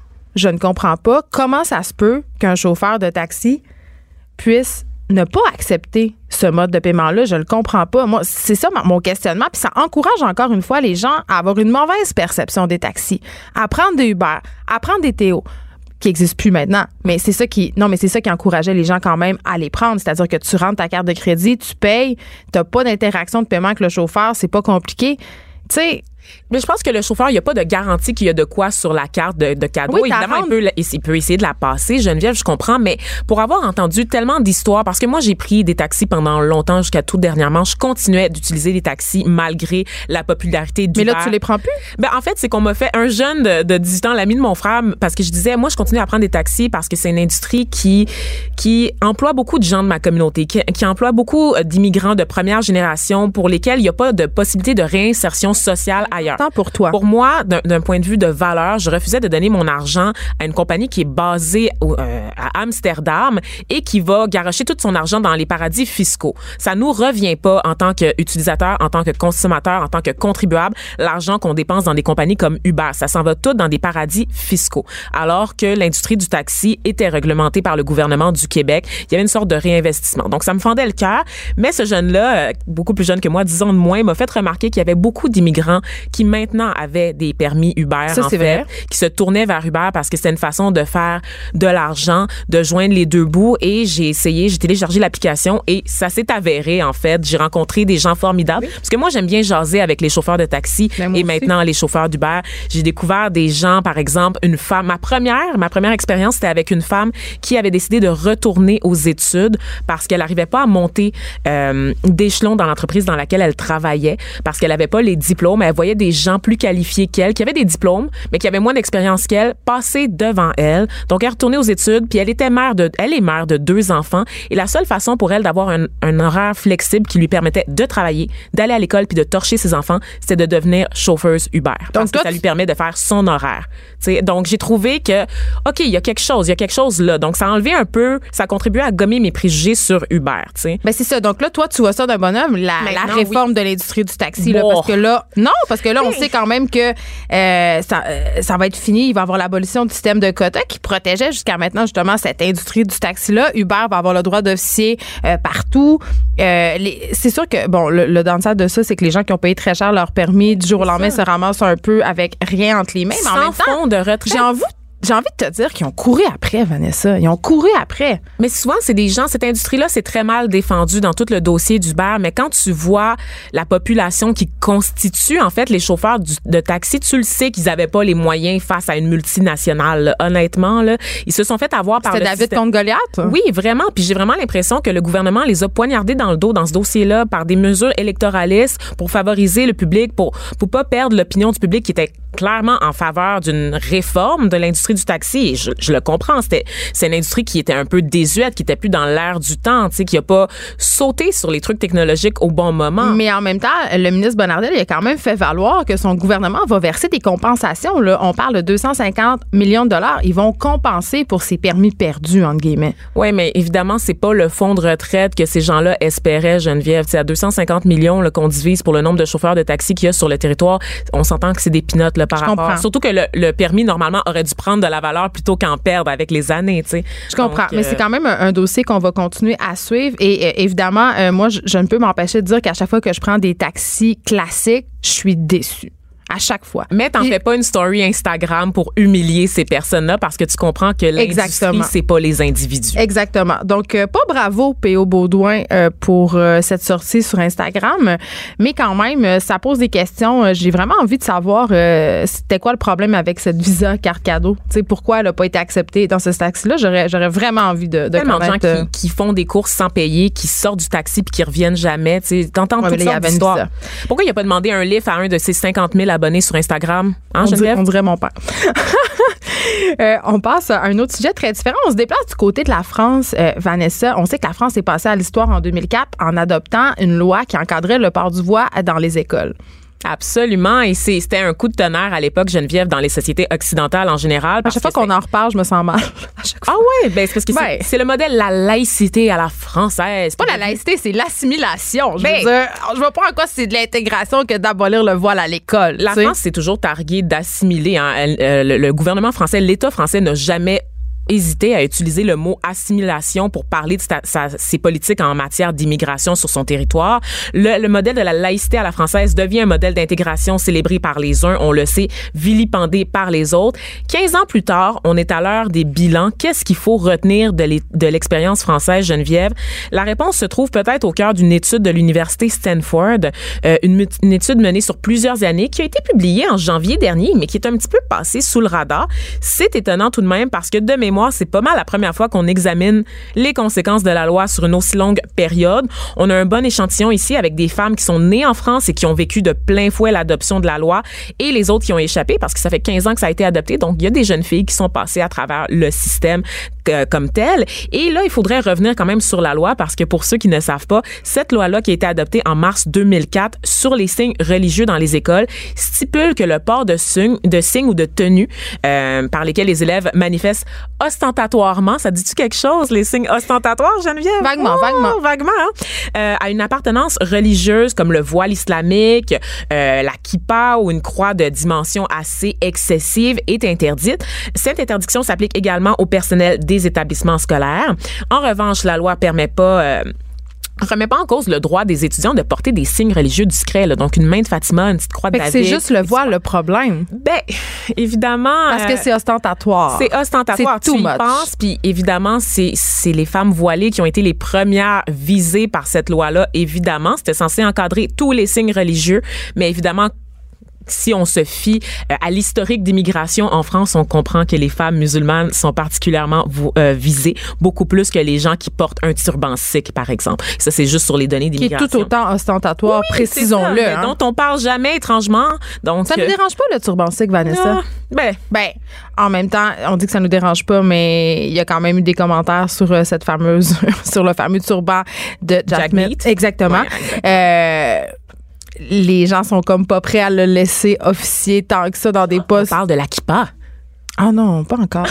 pas comment ça se peut qu'un chauffeur de taxi puisse ne pas accepter ce mode de paiement-là. Je le comprends pas. Moi, c'est ça mon questionnement. Puis ça encourage encore une fois les gens à avoir une mauvaise perception des taxis, à prendre des Uber, à prendre des Théo, qui n'existe plus maintenant. Mais c'est ça qui encourageait les gens quand même à les prendre. C'est-à-dire que tu rentres ta carte de crédit, tu payes, t'as pas d'interaction de paiement avec le chauffeur, c'est pas compliqué. Tu sais, mais je pense que le chauffeur, il n'y a pas de garantie qu'il y a de quoi sur la carte de cadeau. Oui, évidemment, il peut essayer de la passer. Geneviève, je comprends, mais pour avoir entendu tellement d'histoires, parce que moi, j'ai pris des taxis pendant longtemps, jusqu'à tout dernièrement, je continuais d'utiliser les taxis malgré la popularité d'Uber. Mais là, tu les prends plus? Ben, en fait, c'est qu'on m'a fait un jeune de 18 ans, l'ami de mon frère, parce que je disais, moi, je continue à prendre des taxis parce que c'est une industrie qui emploie beaucoup de gens de ma communauté, qui emploie beaucoup d'immigrants de première génération pour lesquels il n'y a pas de possibilité de réinsertion sociale ailleurs. Pour toi. Pour moi, d'un point de vue de valeur, je refusais de donner mon argent à une compagnie qui est basée à Amsterdam et qui va garrocher tout son argent dans les paradis fiscaux. Ça nous revient pas en tant qu'utilisateur, en tant que consommateur, en tant que contribuable, l'argent qu'on dépense dans des compagnies comme Uber. Ça s'en va tout dans des paradis fiscaux. Alors que l'industrie du taxi était réglementée par le gouvernement du Québec, il y avait une sorte de réinvestissement. Donc, ça me fendait le cœur. Mais ce jeune-là, beaucoup plus jeune que moi, 10 ans de moins, m'a fait remarquer qu'il y avait beaucoup d'immigrants qui maintenant avaient des permis Uber, qui se tournaient vers Uber parce que c'était une façon de faire de l'argent, de joindre les deux bouts. Et j'ai téléchargé l'application et ça s'est avéré, en fait. J'ai rencontré des gens formidables. Oui. Parce que moi, j'aime bien jaser avec les chauffeurs de taxi et maintenant les chauffeurs d'Uber. J'ai découvert des gens, par exemple, une femme. Ma première expérience, c'était avec une femme qui avait décidé de retourner aux études parce qu'elle n'arrivait pas à monter d'échelon dans l'entreprise dans laquelle elle travaillait, parce qu'elle n'avait pas les diplômes. Elle voyait voyait des gens plus qualifiés qu'elle, qui avaient des diplômes, mais qui avaient moins d'expérience qu'elle, passer devant elle. Donc, elle est retournée aux études, puis elle est mère de 2 enfants. Et la seule façon pour elle d'avoir un horaire flexible qui lui permettait de travailler, d'aller à l'école, puis de torcher ses enfants, c'était de devenir chauffeuse Uber. Parce que ça lui permet de faire son horaire. T'sais, donc, j'ai trouvé que, OK, il y a quelque chose là. Donc, ça a enlevé un peu, ça a contribué à gommer mes préjugés sur Uber, tu sais. Ben, c'est ça. Donc là, toi, tu vois ça d'un bonhomme, la réforme de l'industrie du taxi, là, parce que là, on sait quand même que ça va être fini. Il va y avoir l'abolition du système de quotas qui protégeait jusqu'à maintenant, justement, cette industrie du taxi-là. Uber va avoir le droit d'officier partout. C'est sûr que, bon, le downside de ça, c'est que les gens qui ont payé très cher leur permis, du jour au lendemain, se ramassent un peu avec rien entre les mains. Mais en même temps, fonds de retraite. J'ai envie de te dire qu'ils ont couru après, Vanessa. Ils ont couru après. Mais souvent, c'est des gens, cette industrie-là, c'est très mal défendu dans tout le dossier d'Uber. Mais quand tu vois la population qui constitue, en fait, les chauffeurs de taxi, tu le sais qu'ils n'avaient pas les moyens face à une multinationale. Là. Honnêtement, là, ils se sont fait avoir par le David système. Contre Goliath? Oui, vraiment. Puis j'ai vraiment l'impression que le gouvernement les a poignardés dans le dos dans ce dossier-là par des mesures électoralistes pour favoriser le public, pour pas perdre l'opinion du public qui était clairement en faveur d'une réforme de l'industrie du taxi. Et je le comprends. C'est une industrie qui était un peu désuète, qui était plus dans l'air du temps, tu sais, qui a pas sauté sur les trucs technologiques au bon moment. Mais en même temps, le ministre Bonnardel, il a quand même fait valoir que son gouvernement va verser des compensations. Là. On parle de 250 millions de dollars. Ils vont compenser pour ces permis perdus, entre guillemets. Oui, mais évidemment, c'est pas le fonds de retraite que ces gens-là espéraient, Geneviève. C'est à 250 millions là, qu'on divise pour le nombre de chauffeurs de taxi qu'il y a sur le territoire. On s'entend que c'est des peanuts là, par rapport. Comprends. Surtout que le permis, normalement, aurait dû prendre de la valeur plutôt qu'en perdre avec les années, tu sais. Je comprends, mais c'est quand même un dossier qu'on va continuer à suivre. Et évidemment, moi, je ne peux m'empêcher de dire qu'à chaque fois que je prends des taxis classiques, je suis déçue. À chaque fois. Mais t'en fais pas une story Instagram pour humilier ces personnes-là parce que tu comprends que l'industrie, c'est pas les individus. Exactement. Donc, pas bravo, P.O. Baudouin, pour cette sortie sur Instagram, mais quand même, ça pose des questions. J'ai vraiment envie de savoir c'était quoi le problème avec cette Visa carte cadeau. Tu sais, pourquoi elle a pas été acceptée dans ce taxi-là? J'aurais vraiment envie de tellement connaître. de gens qui font des courses sans payer, qui sortent du taxi puis qui reviennent jamais. Tu sais, t'entends toutes sortes d'histoires. Pourquoi il a pas demandé un lift à un de ses 50 000 abonnés sur Instagram? Hein, on dirait mon père. On passe à un autre sujet très différent. On se déplace du côté de la France, Vanessa. On sait que la France est passée à l'histoire en 2004 en adoptant une loi qui encadrait le port du voile dans les écoles. Absolument. Et c'était un coup de tonnerre à l'époque, Geneviève, dans les sociétés occidentales en général. À chaque fois qu'on en reparle, je me sens mal. Ah ouais, ben c'est parce que c'est le modèle la laïcité à la française. C'est pas la laïcité, c'est l'assimilation. Je veux dire, je vois pas en quoi c'est de l'intégration que d'abolir le voile à l'école. La France, c'est toujours targué d'assimiler. Hein. Le gouvernement français, l'État français n'a jamais hésité à utiliser le mot assimilation pour parler de ses politiques en matière d'immigration sur son territoire. Le modèle de la laïcité à la française devient un modèle d'intégration célébré par les uns, on le sait, vilipendé par les autres. 15 ans plus tard, on est à l'heure des bilans. Qu'est-ce qu'il faut retenir de l'expérience française, Geneviève? La réponse se trouve peut-être au cœur d'une étude de l'université Stanford, une étude menée sur plusieurs années qui a été publiée en janvier dernier, mais qui est un petit peu passée sous le radar. C'est étonnant tout de même parce que de mémoire, c'est pas mal la première fois qu'on examine les conséquences de la loi sur une aussi longue période. On a un bon échantillon ici avec des femmes qui sont nées en France et qui ont vécu de plein fouet l'adoption de la loi et les autres qui ont échappé parce que ça fait 15 ans que ça a été adopté. Donc, il y a des jeunes filles qui sont passées à travers le système comme tel. Et là, il faudrait revenir quand même sur la loi parce que pour ceux qui ne savent pas, cette loi-là qui a été adoptée en mars 2004 sur les signes religieux dans les écoles stipule que le port de signes ou de tenues par lesquels les élèves manifestent ostentatoirement, ça dit-tu quelque chose, les signes ostentatoires, Geneviève? Vaguement. Hein? À une appartenance religieuse comme le voile islamique, la kippa ou une croix de dimension assez excessive est interdite. Cette interdiction s'applique également au personnel des établissements scolaires. En revanche, la loi remet pas en cause le droit des étudiants de porter des signes religieux discrets, là. Donc une main de Fatima, une petite croix de David. C'est juste le voile le problème. Ben, évidemment. Parce que c'est ostentatoire. C'est ostentatoire. C'est tu y penses, puis évidemment, c'est les femmes voilées qui ont été les premières visées par cette loi-là. Évidemment, c'était censé encadrer tous les signes religieux, mais évidemment, si on se fie à l'historique d'immigration en France, on comprend que les femmes musulmanes sont particulièrement visées, beaucoup plus que les gens qui portent un turban sikh, par exemple. Ça, c'est juste sur les données d'immigration. Qui est tout autant ostentatoire, précisons-le. Ça, dont on parle jamais étrangement. Donc, ça ne nous dérange pas, le turban sikh, Vanessa? Ben, en même temps, on dit que ça nous dérange pas, mais il y a quand même eu des commentaires sur cette fameuse, sur le fameux turban de Jack Meat. Exactement. Ouais, les gens sont comme pas prêts à le laisser officier tant que ça dans des postes. On parle de la kippa. Ah non, pas encore.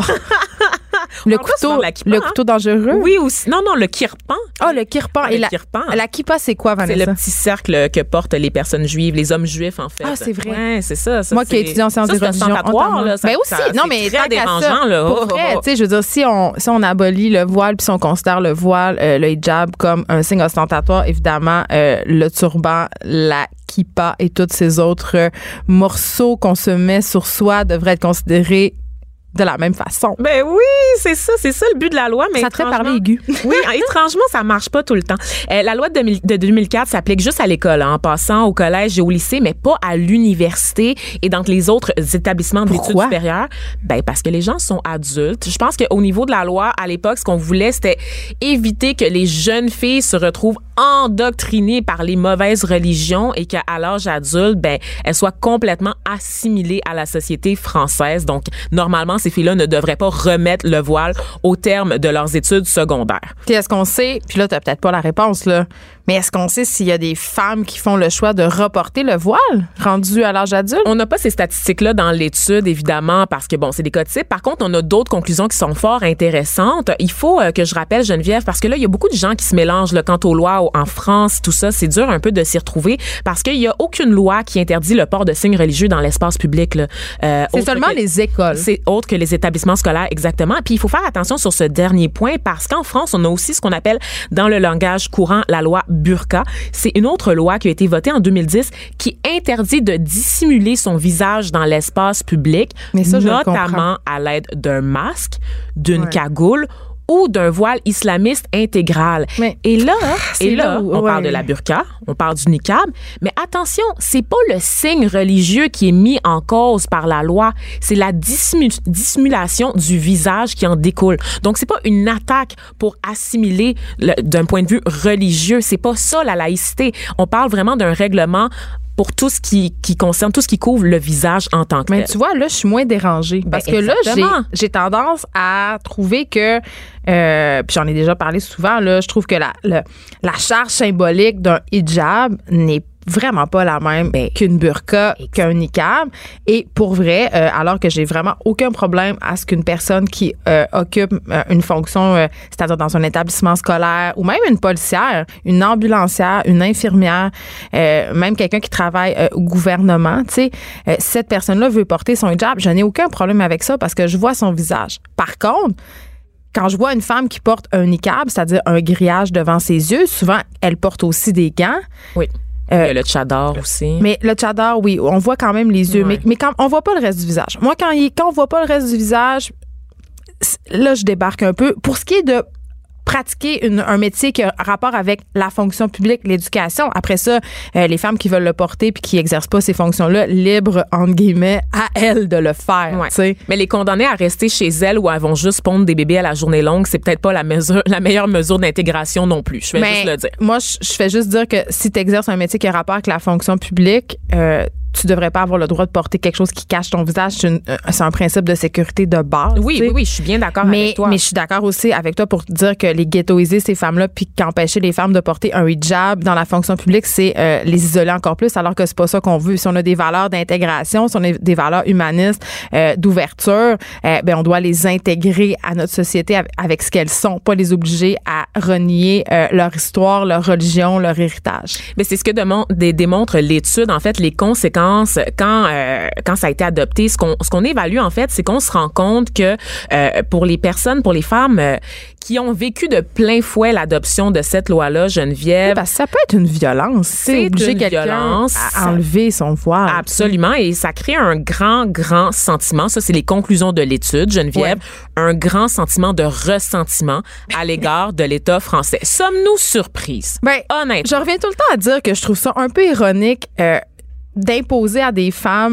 Le couteau dangereux? Oui, aussi. Non, le kirpan. Ah, le kirpan. Et la kippa, c'est quoi, Vanessa? C'est le petit cercle que portent les personnes juives, les hommes juifs, en fait. Ah, c'est vrai. Ouais, c'est ça. Moi qui ai étudié en sciences des religions. Mais aussi, non, mais très dérangeant, là. Pour vrai, tu sais, je veux dire, si on abolit le voile puis si on considère le voile, le hijab comme un signe ostentatoire, évidemment, le turban, la kippa et tous ces autres morceaux qu'on se met sur soi devraient être considérés de la même façon. Ben oui, c'est ça le but de la loi. Mais ça te fait parler aigu. Oui, étrangement, ça marche pas tout le temps. La loi de 2004 s'applique juste à l'école, en passant au collège et au lycée, mais pas à l'université et dans les autres établissements d'études supérieures. Ben parce que les gens sont adultes. Je pense qu'au niveau de la loi, à l'époque, ce qu'on voulait, c'était éviter que les jeunes filles se retrouvent endoctrinées par les mauvaises religions et qu'à l'âge adulte, ben elles soient complètement assimilées à la société française. Donc, normalement, ces filles-là ne devraient pas remettre le voile au terme de leurs études secondaires. Puis est-ce qu'on sait, puis là, t'as peut-être pas la réponse, là, mais est-ce qu'on sait s'il y a des femmes qui font le choix de reporter le voile rendu à l'âge adulte? On n'a pas ces statistiques-là dans l'étude, évidemment, parce que, bon, c'est des cas types. Par contre, on a d'autres conclusions qui sont fort intéressantes. Il faut que je rappelle, Geneviève, parce que là, il y a beaucoup de gens qui se mélangent là, quant aux lois en France, tout ça. C'est dur un peu de s'y retrouver parce qu'il n'y a aucune loi qui interdit le port de signes religieux dans l'espace public. Là. C'est seulement les écoles. C'est autre que les établissements scolaires, exactement. Puis il faut faire attention sur ce dernier point parce qu'en France, on a aussi ce qu'on appelle dans le langage courant la loi burqa. C'est une autre loi qui a été votée en 2010 qui interdit de dissimuler son visage dans l'espace public, mais ça, notamment à l'aide d'un masque, d'une cagoule ou d'un voile islamiste intégral. Et là, on parle de la burqa, on parle du niqab, mais attention, c'est pas le signe religieux qui est mis en cause par la loi, c'est la dissimulation du visage qui en découle. Donc c'est pas une attaque pour assimiler d'un point de vue religieux, c'est pas ça la laïcité. On parle vraiment d'un règlement pour tout ce qui concerne, tout ce qui couvre le visage en tant que tel. Mais tu vois, là, je suis moins dérangée. Parce que là, j'ai tendance à trouver que, puis j'en ai déjà parlé souvent, là, je trouve que la charge symbolique d'un hijab n'est vraiment pas la même qu'une burqa, qu'un niqab. Et pour vrai, alors que j'ai vraiment aucun problème à ce qu'une personne qui occupe une fonction, c'est-à-dire dans un établissement scolaire ou même une policière, une ambulancière, une infirmière, même quelqu'un qui travaille au gouvernement, tu sais, cette personne-là veut porter son hijab, je n'ai aucun problème avec ça parce que je vois son visage. Par contre, quand je vois une femme qui porte un niqab, c'est-à-dire un grillage devant ses yeux, souvent, elle porte aussi des gants. Oui. Il y a le tchadar aussi. Mais le tchadar, oui, on voit quand même les yeux. Ouais. Mais quand on voit pas le reste du visage. Moi, quand on voit pas le reste du visage, là, je débarque un peu. Pour ce qui est de pratiquer un métier qui a rapport avec la fonction publique, l'éducation. Après ça, les femmes qui veulent le porter puis qui exercent pas ces fonctions-là, libre, entre guillemets, à elles de le faire. Ouais. T'sais. Mais les condamner à rester chez elles ou elles vont juste pondre des bébés à la journée longue, c'est peut-être pas la meilleure mesure d'intégration non plus. Je vais juste le dire. Moi, je fais juste dire que si tu exerces un métier qui a rapport avec la fonction publique, tu devrais pas avoir le droit de porter quelque chose qui cache ton visage. C'est un principe de sécurité de base. Oui, je suis bien d'accord avec toi. Mais je suis d'accord aussi avec toi pour dire que les ghettoiser, ces femmes-là, puis qu'empêcher les femmes de porter un hijab dans la fonction publique, c'est les isoler encore plus, alors que c'est pas ça qu'on veut. Si on a des valeurs d'intégration, si on a des valeurs humanistes, d'ouverture, on doit les intégrer à notre société avec ce qu'elles sont, pas les obliger à renier leur histoire, leur religion, leur héritage. Mais c'est ce que démontre l'étude, en fait, les conséquences quand ça a été adopté. Ce qu'on évalue, en fait, c'est qu'on se rend compte que pour les femmes qui ont vécu de plein fouet l'adoption de cette loi-là, Geneviève... Parce que ça peut être une violence. C'est obliger quelqu'un à enlever son voile. Absolument. Et ça crée un grand, grand sentiment. Ça, c'est les conclusions de l'étude, Geneviève. Ouais. Un grand sentiment de ressentiment à l'égard de l'État français. Sommes-nous surprises? Honnêtement. Je reviens tout le temps à dire que je trouve ça un peu ironique d'imposer à des femmes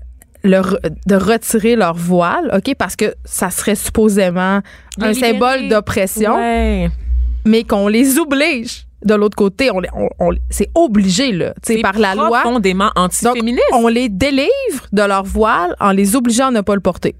de retirer leur voile, OK, parce que ça serait supposément un symbole d'oppression, mais qu'on les oblige. De l'autre côté, c'est obligé, là, tu sais, par la loi. C'est profondément antiféministe. Donc, on les délivre de leur voile en les obligeant à ne pas le porter.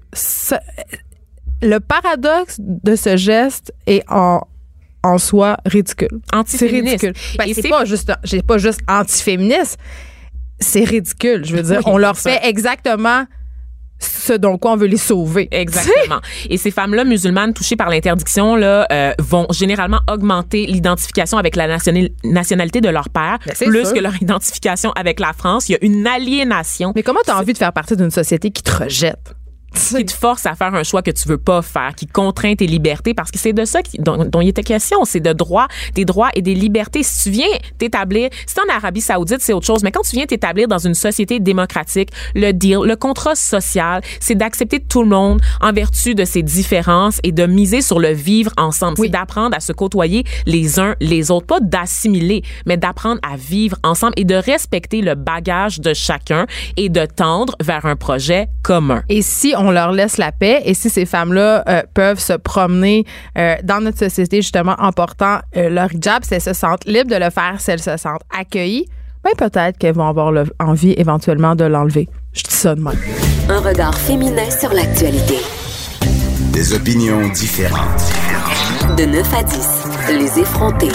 Le paradoxe de ce geste est en soi ridicule. Antiféministe. C'est ridicule. Ben, c'est pas juste antiféministe. C'est ridicule. Je veux dire, on leur fait exactement ce dont quoi on veut les sauver. Exactement. Et ces femmes-là musulmanes touchées par l'interdiction là vont généralement augmenter l'identification avec la nationalité de leur père plus que leur identification avec la France. Il y a une aliénation. Mais comment tu as envie de faire partie d'une société qui te rejette? Qui te force à faire un choix que tu veux pas faire, qui contraint tes libertés, parce que c'est de ça dont il était question, c'est des droits et des libertés. Si tu viens t'établir, si t'es en Arabie Saoudite, c'est autre chose, mais quand tu viens t'établir dans une société démocratique, le deal, le contrat social, c'est d'accepter tout le monde en vertu de ses différences et de miser sur le vivre ensemble. Oui. C'est d'apprendre à se côtoyer les uns les autres, pas d'assimiler, mais d'apprendre à vivre ensemble et de respecter le bagage de chacun et de tendre vers un projet commun. Et si on leur laisse la paix et si ces femmes-là peuvent se promener dans notre société justement en portant leur hijab, si elles se sentent libres de le faire, si elles se sentent accueillies, ben peut-être qu'elles vont avoir envie éventuellement de l'enlever. Je dis ça de même. Un regard féminin sur l'actualité. Des opinions différentes. De 9 à 10, les effrontés.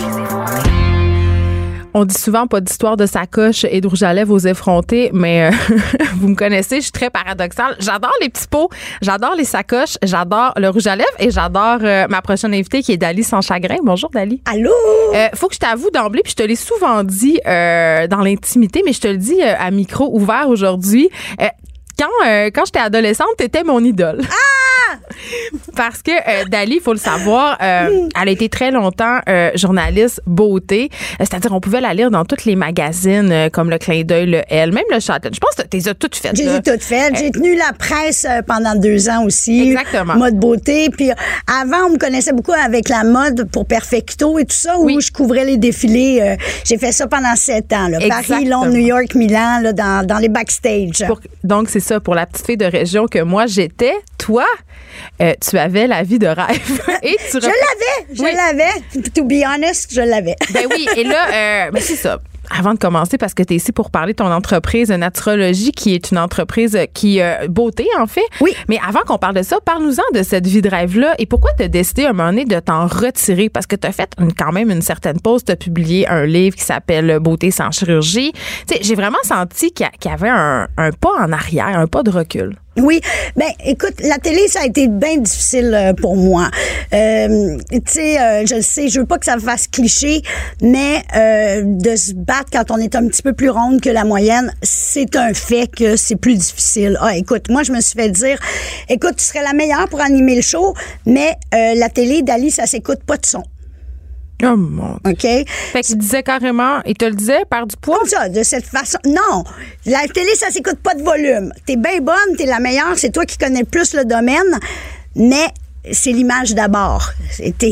On dit souvent pas d'histoire de sacoche et de rouge à lèvres aux effrontés, mais vous me connaissez, je suis très paradoxale. J'adore les petits pots, j'adore les sacoches, j'adore le rouge à lèvres et j'adore ma prochaine invitée qui est Dali Sans Chagrin. Bonjour Dali. Allô? Faut que je t'avoue d'emblée, puis je te l'ai souvent dit dans l'intimité, mais je te le dis à micro ouvert aujourd'hui. Quand j'étais adolescente, t'étais mon idole. Ah! Parce que Dali, il faut le savoir, elle a été très longtemps journaliste beauté. C'est-à-dire, on pouvait la lire dans tous les magazines comme Le Clin d'œil, le Elle, même le Châtelaine. Je pense que tu les as toutes faites. Je les ai toutes faites. J'ai tenu la presse pendant 2 ans aussi. Exactement. Mode beauté. Puis avant, on me connaissait beaucoup avec la mode pour Perfecto et tout ça, où je couvrais les défilés. J'ai fait ça pendant 7 ans. Là. Paris, Londres, New York, Milan, là, dans les backstage. Donc, c'est ça, pour la petite fille de région que moi, j'étais. Toi, tu avais la vie de rêve. Et Je l'avais. To be honest, je l'avais. Ben oui, et là, c'est ça. Avant de commencer, parce que tu es ici pour parler de ton entreprise Naturologie, qui est une entreprise qui beauté, en fait. Oui. Mais avant qu'on parle de ça, parle-nous-en de cette vie de rêve-là. Et pourquoi tu as décidé à un moment donné de t'en retirer? Parce que tu as fait quand même une certaine pause. Tu as publié un livre qui s'appelle Beauté sans chirurgie. Tu sais, j'ai vraiment senti qu'il y avait un pas en arrière, un pas de recul. Oui. Ben, écoute, la télé, ça a été bien difficile pour moi. Tu sais, je le sais, je veux pas que ça fasse cliché, mais de se battre quand on est un petit peu plus ronde que la moyenne, c'est un fait que c'est plus difficile. Ah, écoute, moi, je me suis fait dire, écoute, tu serais la meilleure pour animer le show, mais la télé, Dali, ça s'écoute pas de son. Oh mon Dieu. OK? Fait qu'il disait carrément, il te le disait, perd du poids? Comme ça, de cette façon. Non. La télé, ça s'écoute pas de volume. T'es bien bonne, t'es la meilleure, c'est toi qui connais le plus le domaine, mais c'est l'image d'abord. Était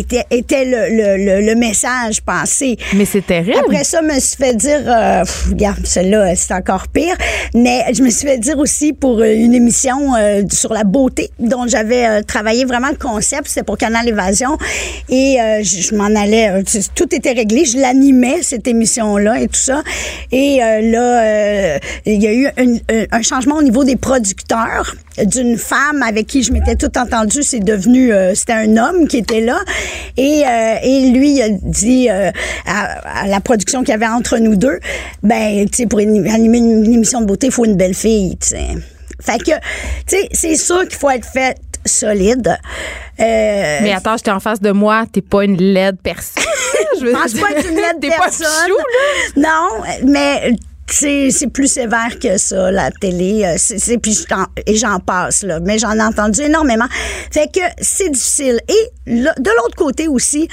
le message pensé. Mais c'est terrible. Après ça, je me suis fait dire, regarde, celle-là, c'est encore pire. Mais je me suis fait dire aussi pour une émission sur la beauté, dont j'avais travaillé vraiment le concept, c'était pour Canal Évasion. Et je m'en allais, tout était réglé. Je l'animais, cette émission-là et tout ça. Et là, il y a eu un changement au niveau des producteurs. D'une femme avec qui je m'étais tout entendue, c'est devenu, c'était un homme qui était là. Et lui, il a dit à la production qu'il y avait entre nous deux, ben, tu sais, pour animer une émission de beauté, il faut une belle fille, tu sais. Fait que, tu sais, c'est sûr qu'il faut être faite solide. Mais attends, j'étais en face de moi, t'es pas une laide personne. Je pense pas être une laide personne. Pas chou, là. Non, mais c'est plus sévère que ça, la télé. Puis j'en passe, là. Mais j'en ai entendu énormément. Fait que c'est difficile. Et là, de l'autre côté aussi,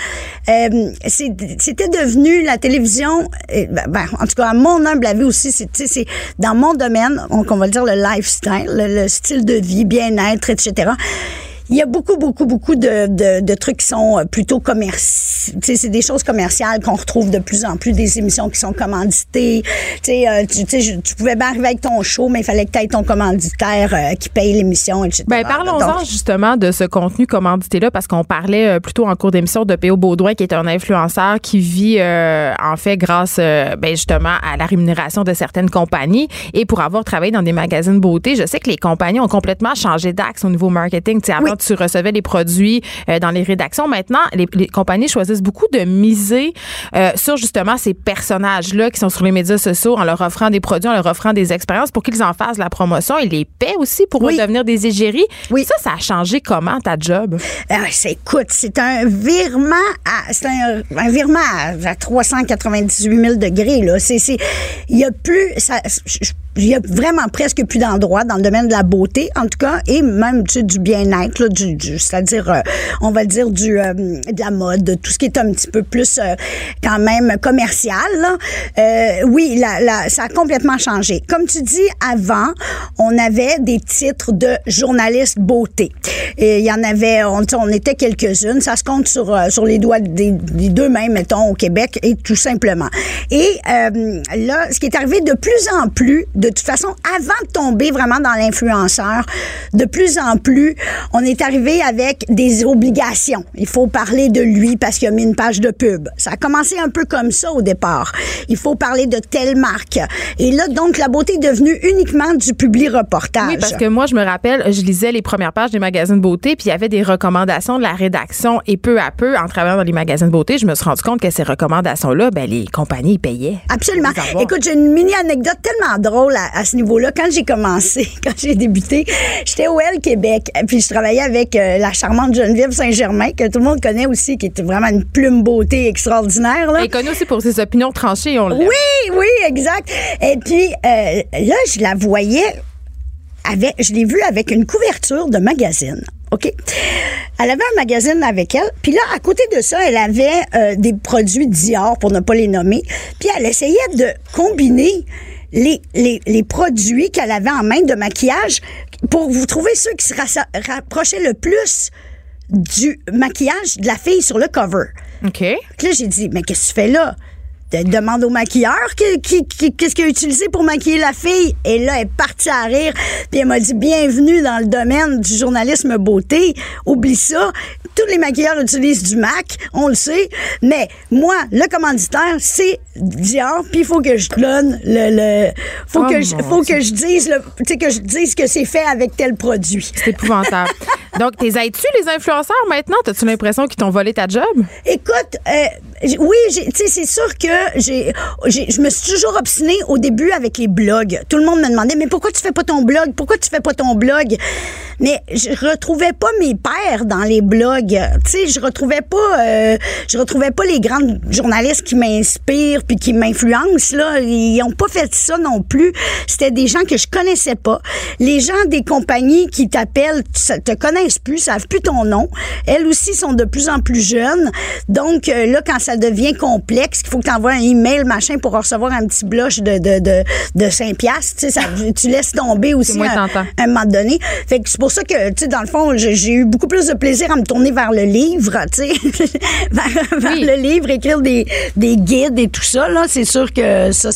c'était devenu la télévision, en tout cas, à mon humble avis aussi, c'est dans mon domaine, on va le dire le lifestyle, le style de vie, bien-être, etc. il y a beaucoup de trucs qui sont plutôt commerciaux. Tu sais, c'est des choses commerciales qu'on retrouve de plus en plus, des émissions qui sont commanditées. Tu pouvais bien arriver avec ton show, mais il fallait que tu aies ton commanditaire qui paye l'émission, etc. Ben, parlons-en justement de ce contenu commandité-là, parce qu'on parlait plutôt en cours d'émission de P.O. Baudouin, qui est un influenceur qui vit en fait grâce justement à la rémunération de certaines compagnies. Et pour avoir travaillé dans des magazines beauté, je sais que les compagnies ont complètement changé d'axe au niveau marketing. Tu sais, avant, tu recevais les produits dans les rédactions. Maintenant, les compagnies choisissent beaucoup de miser sur justement ces personnages-là qui sont sur les médias sociaux en leur offrant des produits, en leur offrant des expériences pour qu'ils en fassent la promotion. Ils les paient aussi pour devenir des égéries. Oui. Ça a changé comment ta job? Écoute, c'est un virement à 398 000 degrés. Là. Il y a plus... Il y a vraiment presque plus d'endroits dans le domaine de la beauté, en tout cas, et même du bien-être, là, c'est-à-dire, on va dire de la mode, de tout ce qui est un petit peu plus quand même commercial. Là. Oui, ça a complètement changé. Comme tu dis, avant, on avait des titres de journalistes beauté. Et il y en avait, on était quelques-unes. Ça se compte sur les doigts des deux mains, mettons, au Québec, et tout simplement. Et là, ce qui est arrivé de plus en plus, de toute façon, avant de tomber vraiment dans l'influenceur, de plus en plus, on est arrivé avec des obligations. Il faut parler de lui parce qu'il a mis une page de pub. Ça a commencé un peu comme ça au départ. Il faut parler de telle marque. Et là, donc, la beauté est devenue uniquement du publi-reportage. Oui, parce que moi, je me rappelle, je lisais les premières pages des magazines beauté, puis il y avait des recommandations de la rédaction. Et peu à peu, en travaillant dans les magazines beauté, je me suis rendu compte que ces recommandations-là, les compagnies payaient. Absolument. Écoute, j'ai une mini-anecdote tellement drôle à ce niveau-là. Quand j'ai commencé, quand j'ai débuté, j'étais au L Québec, puis je travaillais avec la charmante Geneviève Saint-Germain, que tout le monde connaît aussi, qui était vraiment une plume beauté extraordinaire. Là. Elle est connue aussi pour ses opinions tranchées, on l'aime. Oui, exact. Et puis, là, je la voyais, je l'ai vue avec une couverture de magazine. OK? Elle avait un magazine avec elle. Puis là, à côté de ça, elle avait des produits Dior, pour ne pas les nommer. Puis elle essayait de combiner les produits qu'elle avait en main de maquillage pour vous trouver ceux qui se rapprochaient le plus du maquillage de la fille sur le cover. OK. Là, j'ai dit, mais qu'est-ce que tu fais là? Demande au maquilleur qu'est-ce qu'il a utilisé pour maquiller la fille. Et là, elle est partie à rire. Puis elle m'a dit, bienvenue dans le domaine du journalisme beauté. Oublie ça. Tous les maquilleurs utilisent du MAC, on le sait. Mais moi, le commanditaire, c'est Dior. Puis il faut que je donne faut que je dise que c'est fait avec tel produit. C'est épouvantable. Donc, t'es aides-tu les influenceurs maintenant? T'as-tu l'impression qu'ils t'ont volé ta job? Écoute, oui, c'est sûr que je me suis toujours obstinée au début avec les blogs. Tout le monde me demandait, mais pourquoi tu fais pas ton blog? Pourquoi tu fais pas ton blog? Mais je retrouvais pas mes pairs dans les blogs. Tu sais, je retrouvais pas les grandes journalistes qui m'inspirent puis qui m'influencent, là. Ils ont pas fait ça non plus. C'était des gens que je connaissais pas. Les gens des compagnies qui t'appellent te connaissent plus, savent plus ton nom. Elles aussi sont de plus en plus jeunes. Donc, là, quand ça devient complexe, qu'il faut que tu envoies un email, machin, pour recevoir un petit blush de 5 piastres, tu sais, tu laisses tomber aussi un moment donné. Fait que c'est pour ça que, tu sais, dans le fond, j'ai eu beaucoup plus de plaisir à me tourner vers le livre, tu sais, vers le livre, écrire des guides et tout ça, là. C'est sûr que ça,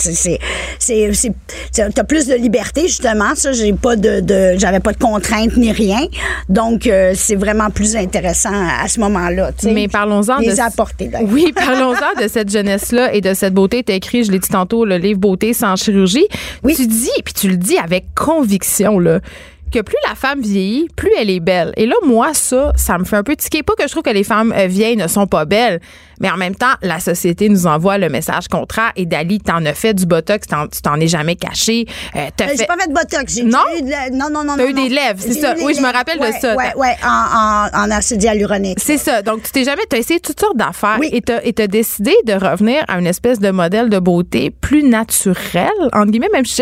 t'as plus de liberté, justement. Ça, j'avais pas de contraintes ni rien. Donc, c'est vraiment plus intéressant à ce moment-là, tu sais. Mais parlons-en apporter. Oui, parlons-en de cette jeunesse-là et de cette beauté. Tu as écrit, je l'ai dit tantôt, le livre Beauté sans chirurgie. Oui. Tu dis, puis tu le dis avec conviction, là, que plus la femme vieillit, plus elle est belle. Et là, moi, ça me fait un peu tiquer. Pas que je trouve que les femmes vieilles ne sont pas belles, mais en même temps, la société nous envoie le message contraire. Et Dali, t'en as fait du botox, tu t'en es jamais caché. J'ai pas fait de botox. Non? Non. T'as eu des lèvres, c'est ça. Oui, je me rappelle de ça. Oui, en acide hyaluronique. C'est ça. Donc, t'as essayé toutes sortes d'affaires et t'as décidé de revenir à une espèce de modèle de beauté plus naturel, entre guillemets, même si j'aime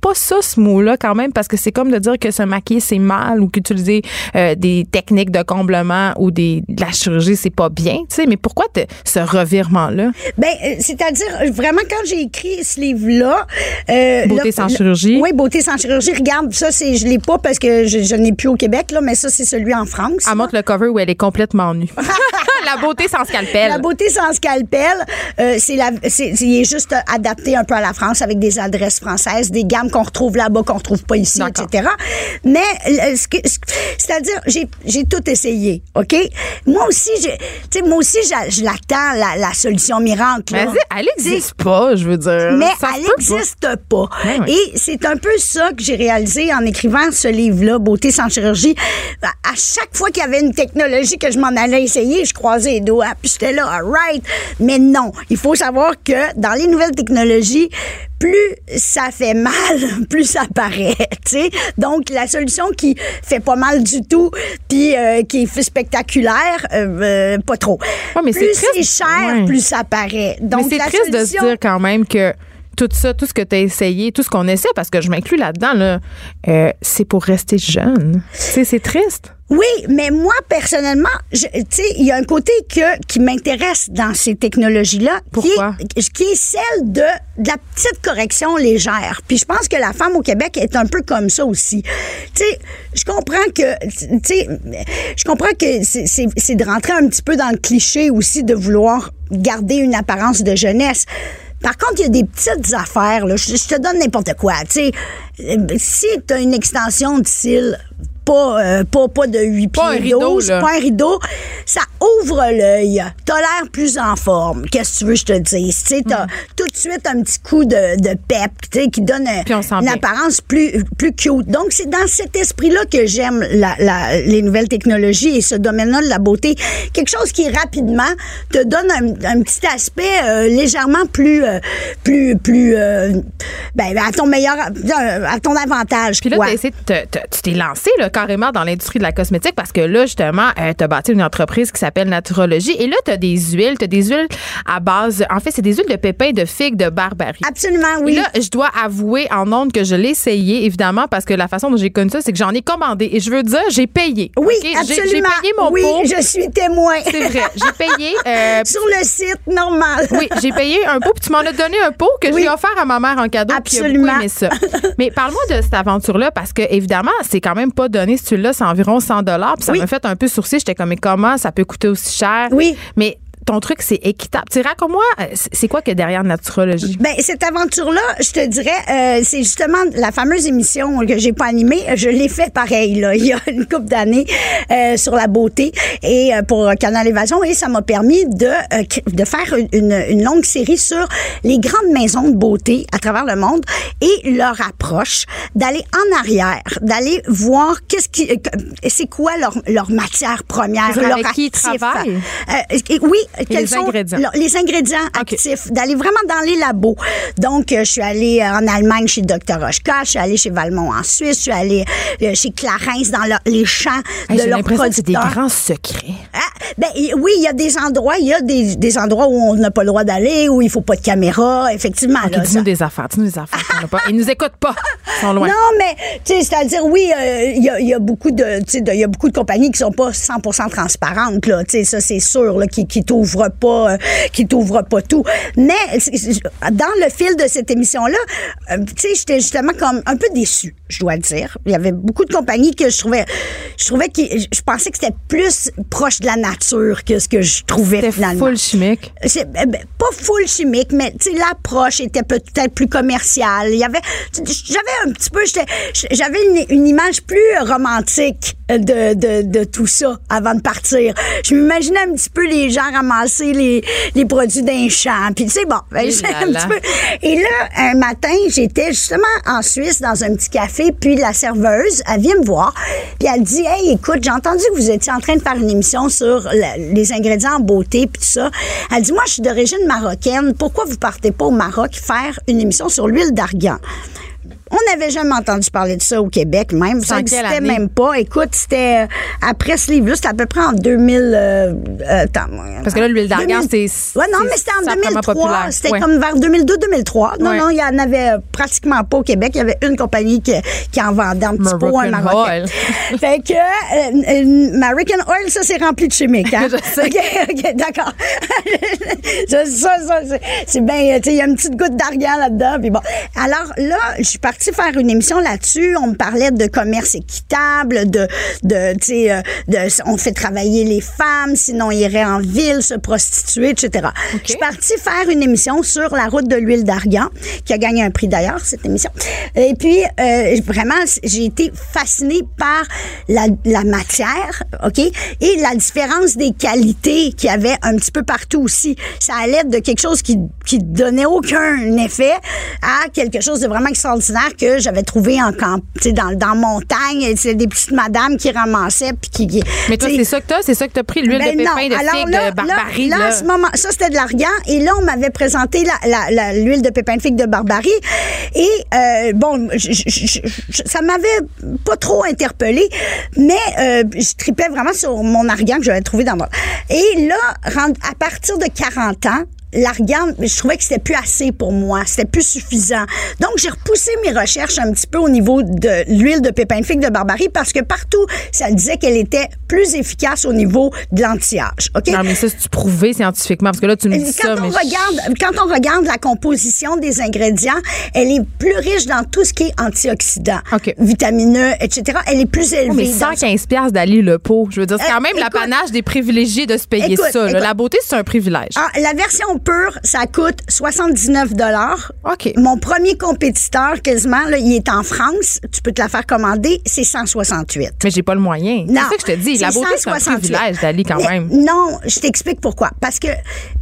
pas ça, ce mot-là, quand même, parce que c'est comme de dire que se maquiller, c'est mal ou qu'utiliser des techniques de comblement ou de la chirurgie, c'est pas bien, tu sais. Mais pourquoi ce revirement-là? Ben, c'est-à-dire, vraiment, quand j'ai écrit ce livre-là... Beauté sans chirurgie. Oui, Beauté sans chirurgie. Regarde, ça, je l'ai pas parce que je n'ai plus au Québec, là, mais ça, c'est celui en France. Elle montre le cover où elle est complètement nue. La beauté sans scalpel. La beauté sans scalpel, il est juste adapté un peu à la France avec des adresses françaises, des gammes qu'on retrouve là-bas, qu'on retrouve pas ici, etc. Mais, c'est-à-dire, j'ai tout essayé, OK? Moi aussi, je l'attends, la solution miracle. Vas-y, elle n'existe pas, je veux dire. Mais elle n'existe pas. Oui. Et c'est un peu ça que j'ai réalisé en écrivant ce livre-là, Beauté sans chirurgie. À chaque fois qu'il y avait une technologie que je m'en allais essayer, je croisais les doigts, puis j'étais là, all right. Mais non, il faut savoir que dans les nouvelles technologies, plus ça fait mal, plus ça paraît, tu sais. Donc, la solution qui fait pas mal du tout, puis qui est spectaculaire, pas trop. Ouais, mais plus c'est cher, plus ça paraît. Donc, mais c'est triste de se dire quand même que tout ça, tout ce que tu as essayé, tout ce qu'on essaie, parce que je m'inclus là-dedans, là, c'est pour rester jeune. Tu sais, c'est triste. Oui, mais moi, personnellement, tu sais, il y a un côté qui m'intéresse dans ces technologies-là. Pourquoi? Qui est celle de la petite correction légère. Puis je pense que la femme au Québec est un peu comme ça aussi. Tu sais, je comprends que c'est de rentrer un petit peu dans le cliché aussi de vouloir garder une apparence de jeunesse. Par contre, il y a des petites affaires, là. Je te donne n'importe quoi. Tu sais, si tu as une extension de cils, pas de 8 pieds 12, pas un rideau, ça ouvre l'œil. T'as l'air plus en forme. Qu'est-ce que tu veux que je te dise? Tu sais, t'as tout de suite un petit coup de pep, tu sais, qui donne une apparence plus cute. Donc, c'est dans cet esprit-là que j'aime les nouvelles technologies et ce domaine-là de la beauté. Quelque chose qui, rapidement, te donne un petit aspect légèrement plus à ton avantage. Puis là, tu t'es lancé, là, carrément dans l'industrie de la cosmétique parce que là, justement, tu as bâti une entreprise qui s'appelle Naturologie et là, tu as des huiles à base, en fait, c'est des huiles de pépins de figues de Barbarie. Absolument, oui. Et là, je dois avouer en ondes que je l'ai essayé, évidemment, parce que la façon dont j'ai connu ça, c'est que j'en ai commandé et je veux dire, j'ai payé. Oui, okay? absolument. J'ai payé mon pot. Oui, je suis témoin. C'est vrai, j'ai payé. Sur le site normal. Oui, j'ai payé un pot puis tu m'en as donné un pot que j'ai offert à ma mère en cadeau. Absolument. Puis elle a beaucoup aimé ça. Mais parle-moi de cette aventure-là parce que, évidemment, c'est quand même pas donné ce là, c'est environ 100 $. Puis ça m'a fait un peu sourciller. J'étais comme, mais comment ça peut coûter aussi cher? Oui. Mais ton truc, c'est équitable. Tu sais, raconte-moi, c'est quoi que derrière Naturologie? Ben, cette aventure-là, je te dirais, c'est justement la fameuse émission que j'ai pas animée. Je l'ai fait pareil, là, il y a une couple d'années, sur la beauté et pour Canal Évasion. Et ça m'a permis de faire une longue série sur les grandes maisons de beauté à travers le monde et leur approche, d'aller en arrière, d'aller voir c'est quoi leur matière première, leur avec qui ils travaillent? Oui. Les ingrédients. Les ingrédients actifs, d'aller vraiment dans les labos. Donc, je suis allée en Allemagne chez Dr. Rochka, je suis allée chez Valmont en Suisse, je suis allée chez Clarins dans les champs de leurs producteurs. C'est des grands secrets. Ben, oui, il y a des endroits, où on n'a pas le droit d'aller, où il faut pas de caméra, effectivement. Okay, dis-nous des affaires. Ils nous écoutent pas. Ils sont loin. Non, mais, tu sais, c'est-à-dire, oui, il y a beaucoup de compagnies qui sont pas 100% transparentes, là. Tu sais, ça, c'est sûr, là, qui t'ouvre pas tout. Mais dans le fil de cette émission-là, tu sais, j'étais justement comme un peu déçue, je dois le dire. Il y avait beaucoup de compagnies que je pensais que c'était plus proche de la nature que ce que je trouvais finalement. C'était full chimique. C'est pas full chimique, mais tu sais, l'approche était peut-être plus commerciale. J'avais une image plus romantique de tout ça avant de partir. Je m'imaginais un petit peu les gens ramasser les produits d'un champ. Puis tu sais, bon, un petit peu. Et là, un matin, j'étais justement en Suisse dans un petit café, puis la serveuse, elle vient me voir, puis elle dit, hey, écoute, j'ai entendu que vous étiez en train de faire une émission sur les ingrédients en beauté, puis tout ça. Elle dit, moi, je suis d'origine marocaine. Pourquoi vous partez pas au Maroc faire une émission sur l'huile d'argan? On n'avait jamais entendu parler de ça au Québec, même. Ça n'existait même pas. Écoute, c'était après ce livre-là, c'était à peu près en 2000. Parce que là, l'huile d'argan, c'est. Ouais, non, mais c'était en 2003. C'était comme vers 2002-2003. Non, il n'y en avait pratiquement pas au Québec. Il y avait une compagnie qui en vendait un petit peu, un Marocain. Fait que American Oil, ça, c'est rempli de chimiques. Hein? Je sais. OK, d'accord. C'est bien. Il y a une petite goutte d'argan là-dedans. Puis bon. Alors là, je suis partie faire une émission là-dessus. On me parlait de commerce équitable, on fait travailler les femmes, sinon ils iraient en ville se prostituer, etc. Okay. Je suis partie faire une émission sur la route de l'huile d'argan, qui a gagné un prix d'ailleurs, cette émission. Et puis, vraiment, j'ai été fascinée par la matière, OK? Et la différence des qualités qu'il y avait un petit peu partout aussi. Ça allait de quelque chose qui donnait aucun effet à quelque chose de vraiment extraordinaire que j'avais trouvé en camp, dans montagne. C'est des petites madames qui ramassaient puis qui. Mais toi, c'est ça que t'as pris, l'huile de pépin de figue de Barbarie. Là, à ce moment, ça c'était de l'argan, et là on m'avait présenté l'huile de pépin de figue de Barbarie, et ça m'avait pas trop interpellée, mais je tripais vraiment sur mon argan que j'avais trouvé dans moi. Et là, à partir de 40 ans, l'argan, je trouvais que c'était plus assez pour moi, c'était plus suffisant. Donc, j'ai repoussé mes recherches un petit peu au niveau de l'huile de pépin de figue de Barbarie, parce que partout, ça disait qu'elle était plus efficace au niveau de l'anti-âge. OK? Non, mais ça, c'est prouvé scientifiquement, parce que là, tu me dis ça. Quand on regarde la composition des ingrédients, elle est plus riche dans tout ce qui est antioxydants, vitamineux, etc. Elle est plus élevée. Mais 115$ d'aller le pot. Je veux dire, c'est quand même l'apanage des privilégiés de se payer ça. La beauté, c'est un privilège. La version pure, ça coûte 79 $. OK. Mon premier compétiteur, quasiment, là, il est en France. Tu peux te la faire commander, c'est 168. Mais j'ai pas le moyen. C'est ça que je te dis. La beauté, c'est un privilège d'aller quand même. Non, je t'explique pourquoi. Parce que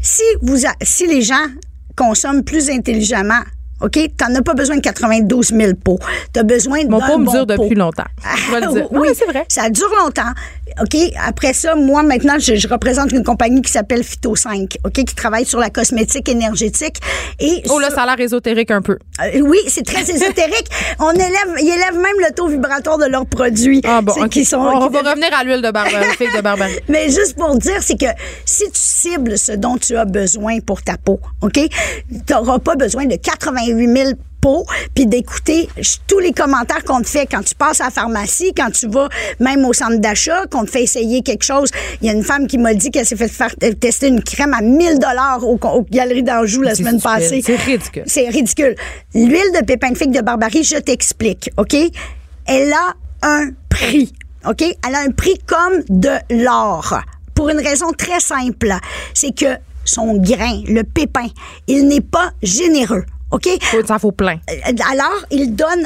si les gens consomment plus intelligemment, OK? T'en as pas besoin de 92 000 pots. T'as besoin de Mon pot me dure depuis longtemps. Je vais le dire. Oui, c'est vrai. Ça dure longtemps. OK? Après ça, moi, maintenant, je représente une compagnie qui s'appelle Phyto 5, OK? Qui travaille sur la cosmétique énergétique. Et là, ça a l'air ésotérique un peu. Oui, c'est très ésotérique. Ils élèvent même le taux vibratoire de leurs produits. Ah bon, okay. On va revenir à l'huile de figue de Barbarie. Mais juste pour dire, c'est que si tu cibles ce dont tu as besoin pour ta peau, OK? T'auras pas besoin de 88 000 pots, puis d'écouter tous les commentaires qu'on te fait quand tu passes à la pharmacie, quand tu vas même au centre d'achat, qu'on te fait essayer quelque chose. Il y a une femme qui m'a dit qu'elle s'est fait faire tester une crème à 1 000 aux Galeries d'Anjou la semaine passée. C'est ridicule. C'est ridicule. L'huile de pépin de figue de Barbarie, je t'explique, OK? Elle a un prix, OK? Elle a un prix comme de l'or. Pour une raison très simple. C'est que son grain, le pépin, il n'est pas généreux. OK? Ça faut plein. Alors, il donne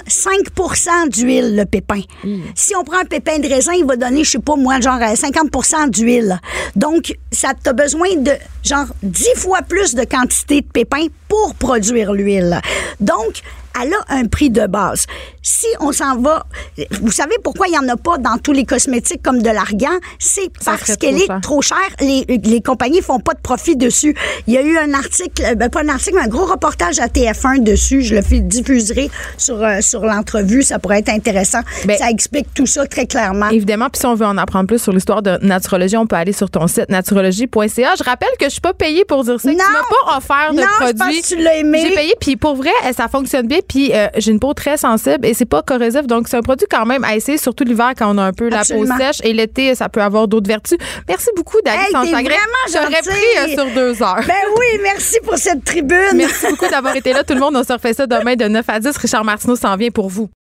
5% d'huile, le pépin. Si on prend un pépin de raisin, il va donner, je sais pas moi, genre 50% d'huile. Donc, ça t'a besoin de genre 10 fois plus de quantité de pépin pour produire l'huile. Donc, elle a un prix de base. Si on s'en va, vous savez pourquoi il n'y en a pas dans tous les cosmétiques comme de l'argan? C'est parce qu'elle est trop chère. Les compagnies font pas de profit dessus. Il y a eu un article, pas un article, mais un gros reportage à TF1 dessus. Je le diffuserai sur l'entrevue. Ça pourrait être intéressant. Ça explique tout ça très clairement. Évidemment, puis si on veut en apprendre plus sur l'histoire de Naturologie, on peut aller sur ton site naturologie.ca. Je rappelle que je suis pas payée pour dire ça. Non, tu m'as pas offert de produit. Non, je pense que tu l'as aimé. J'ai payé, puis pour vrai, ça fonctionne bien. Puis j'ai une peau très sensible et c'est pas corrosif, donc c'est un produit quand même à essayer, surtout l'hiver quand on a un peu la peau sèche, et l'été ça peut avoir d'autres vertus. Merci beaucoup d'Alice sans chagrin. J'aurais pris sur 2 heures. Ben oui, merci pour cette tribune. Merci beaucoup d'avoir été là tout le monde. On se refait ça demain de 9 à 10. Richard Martineau s'en vient pour vous.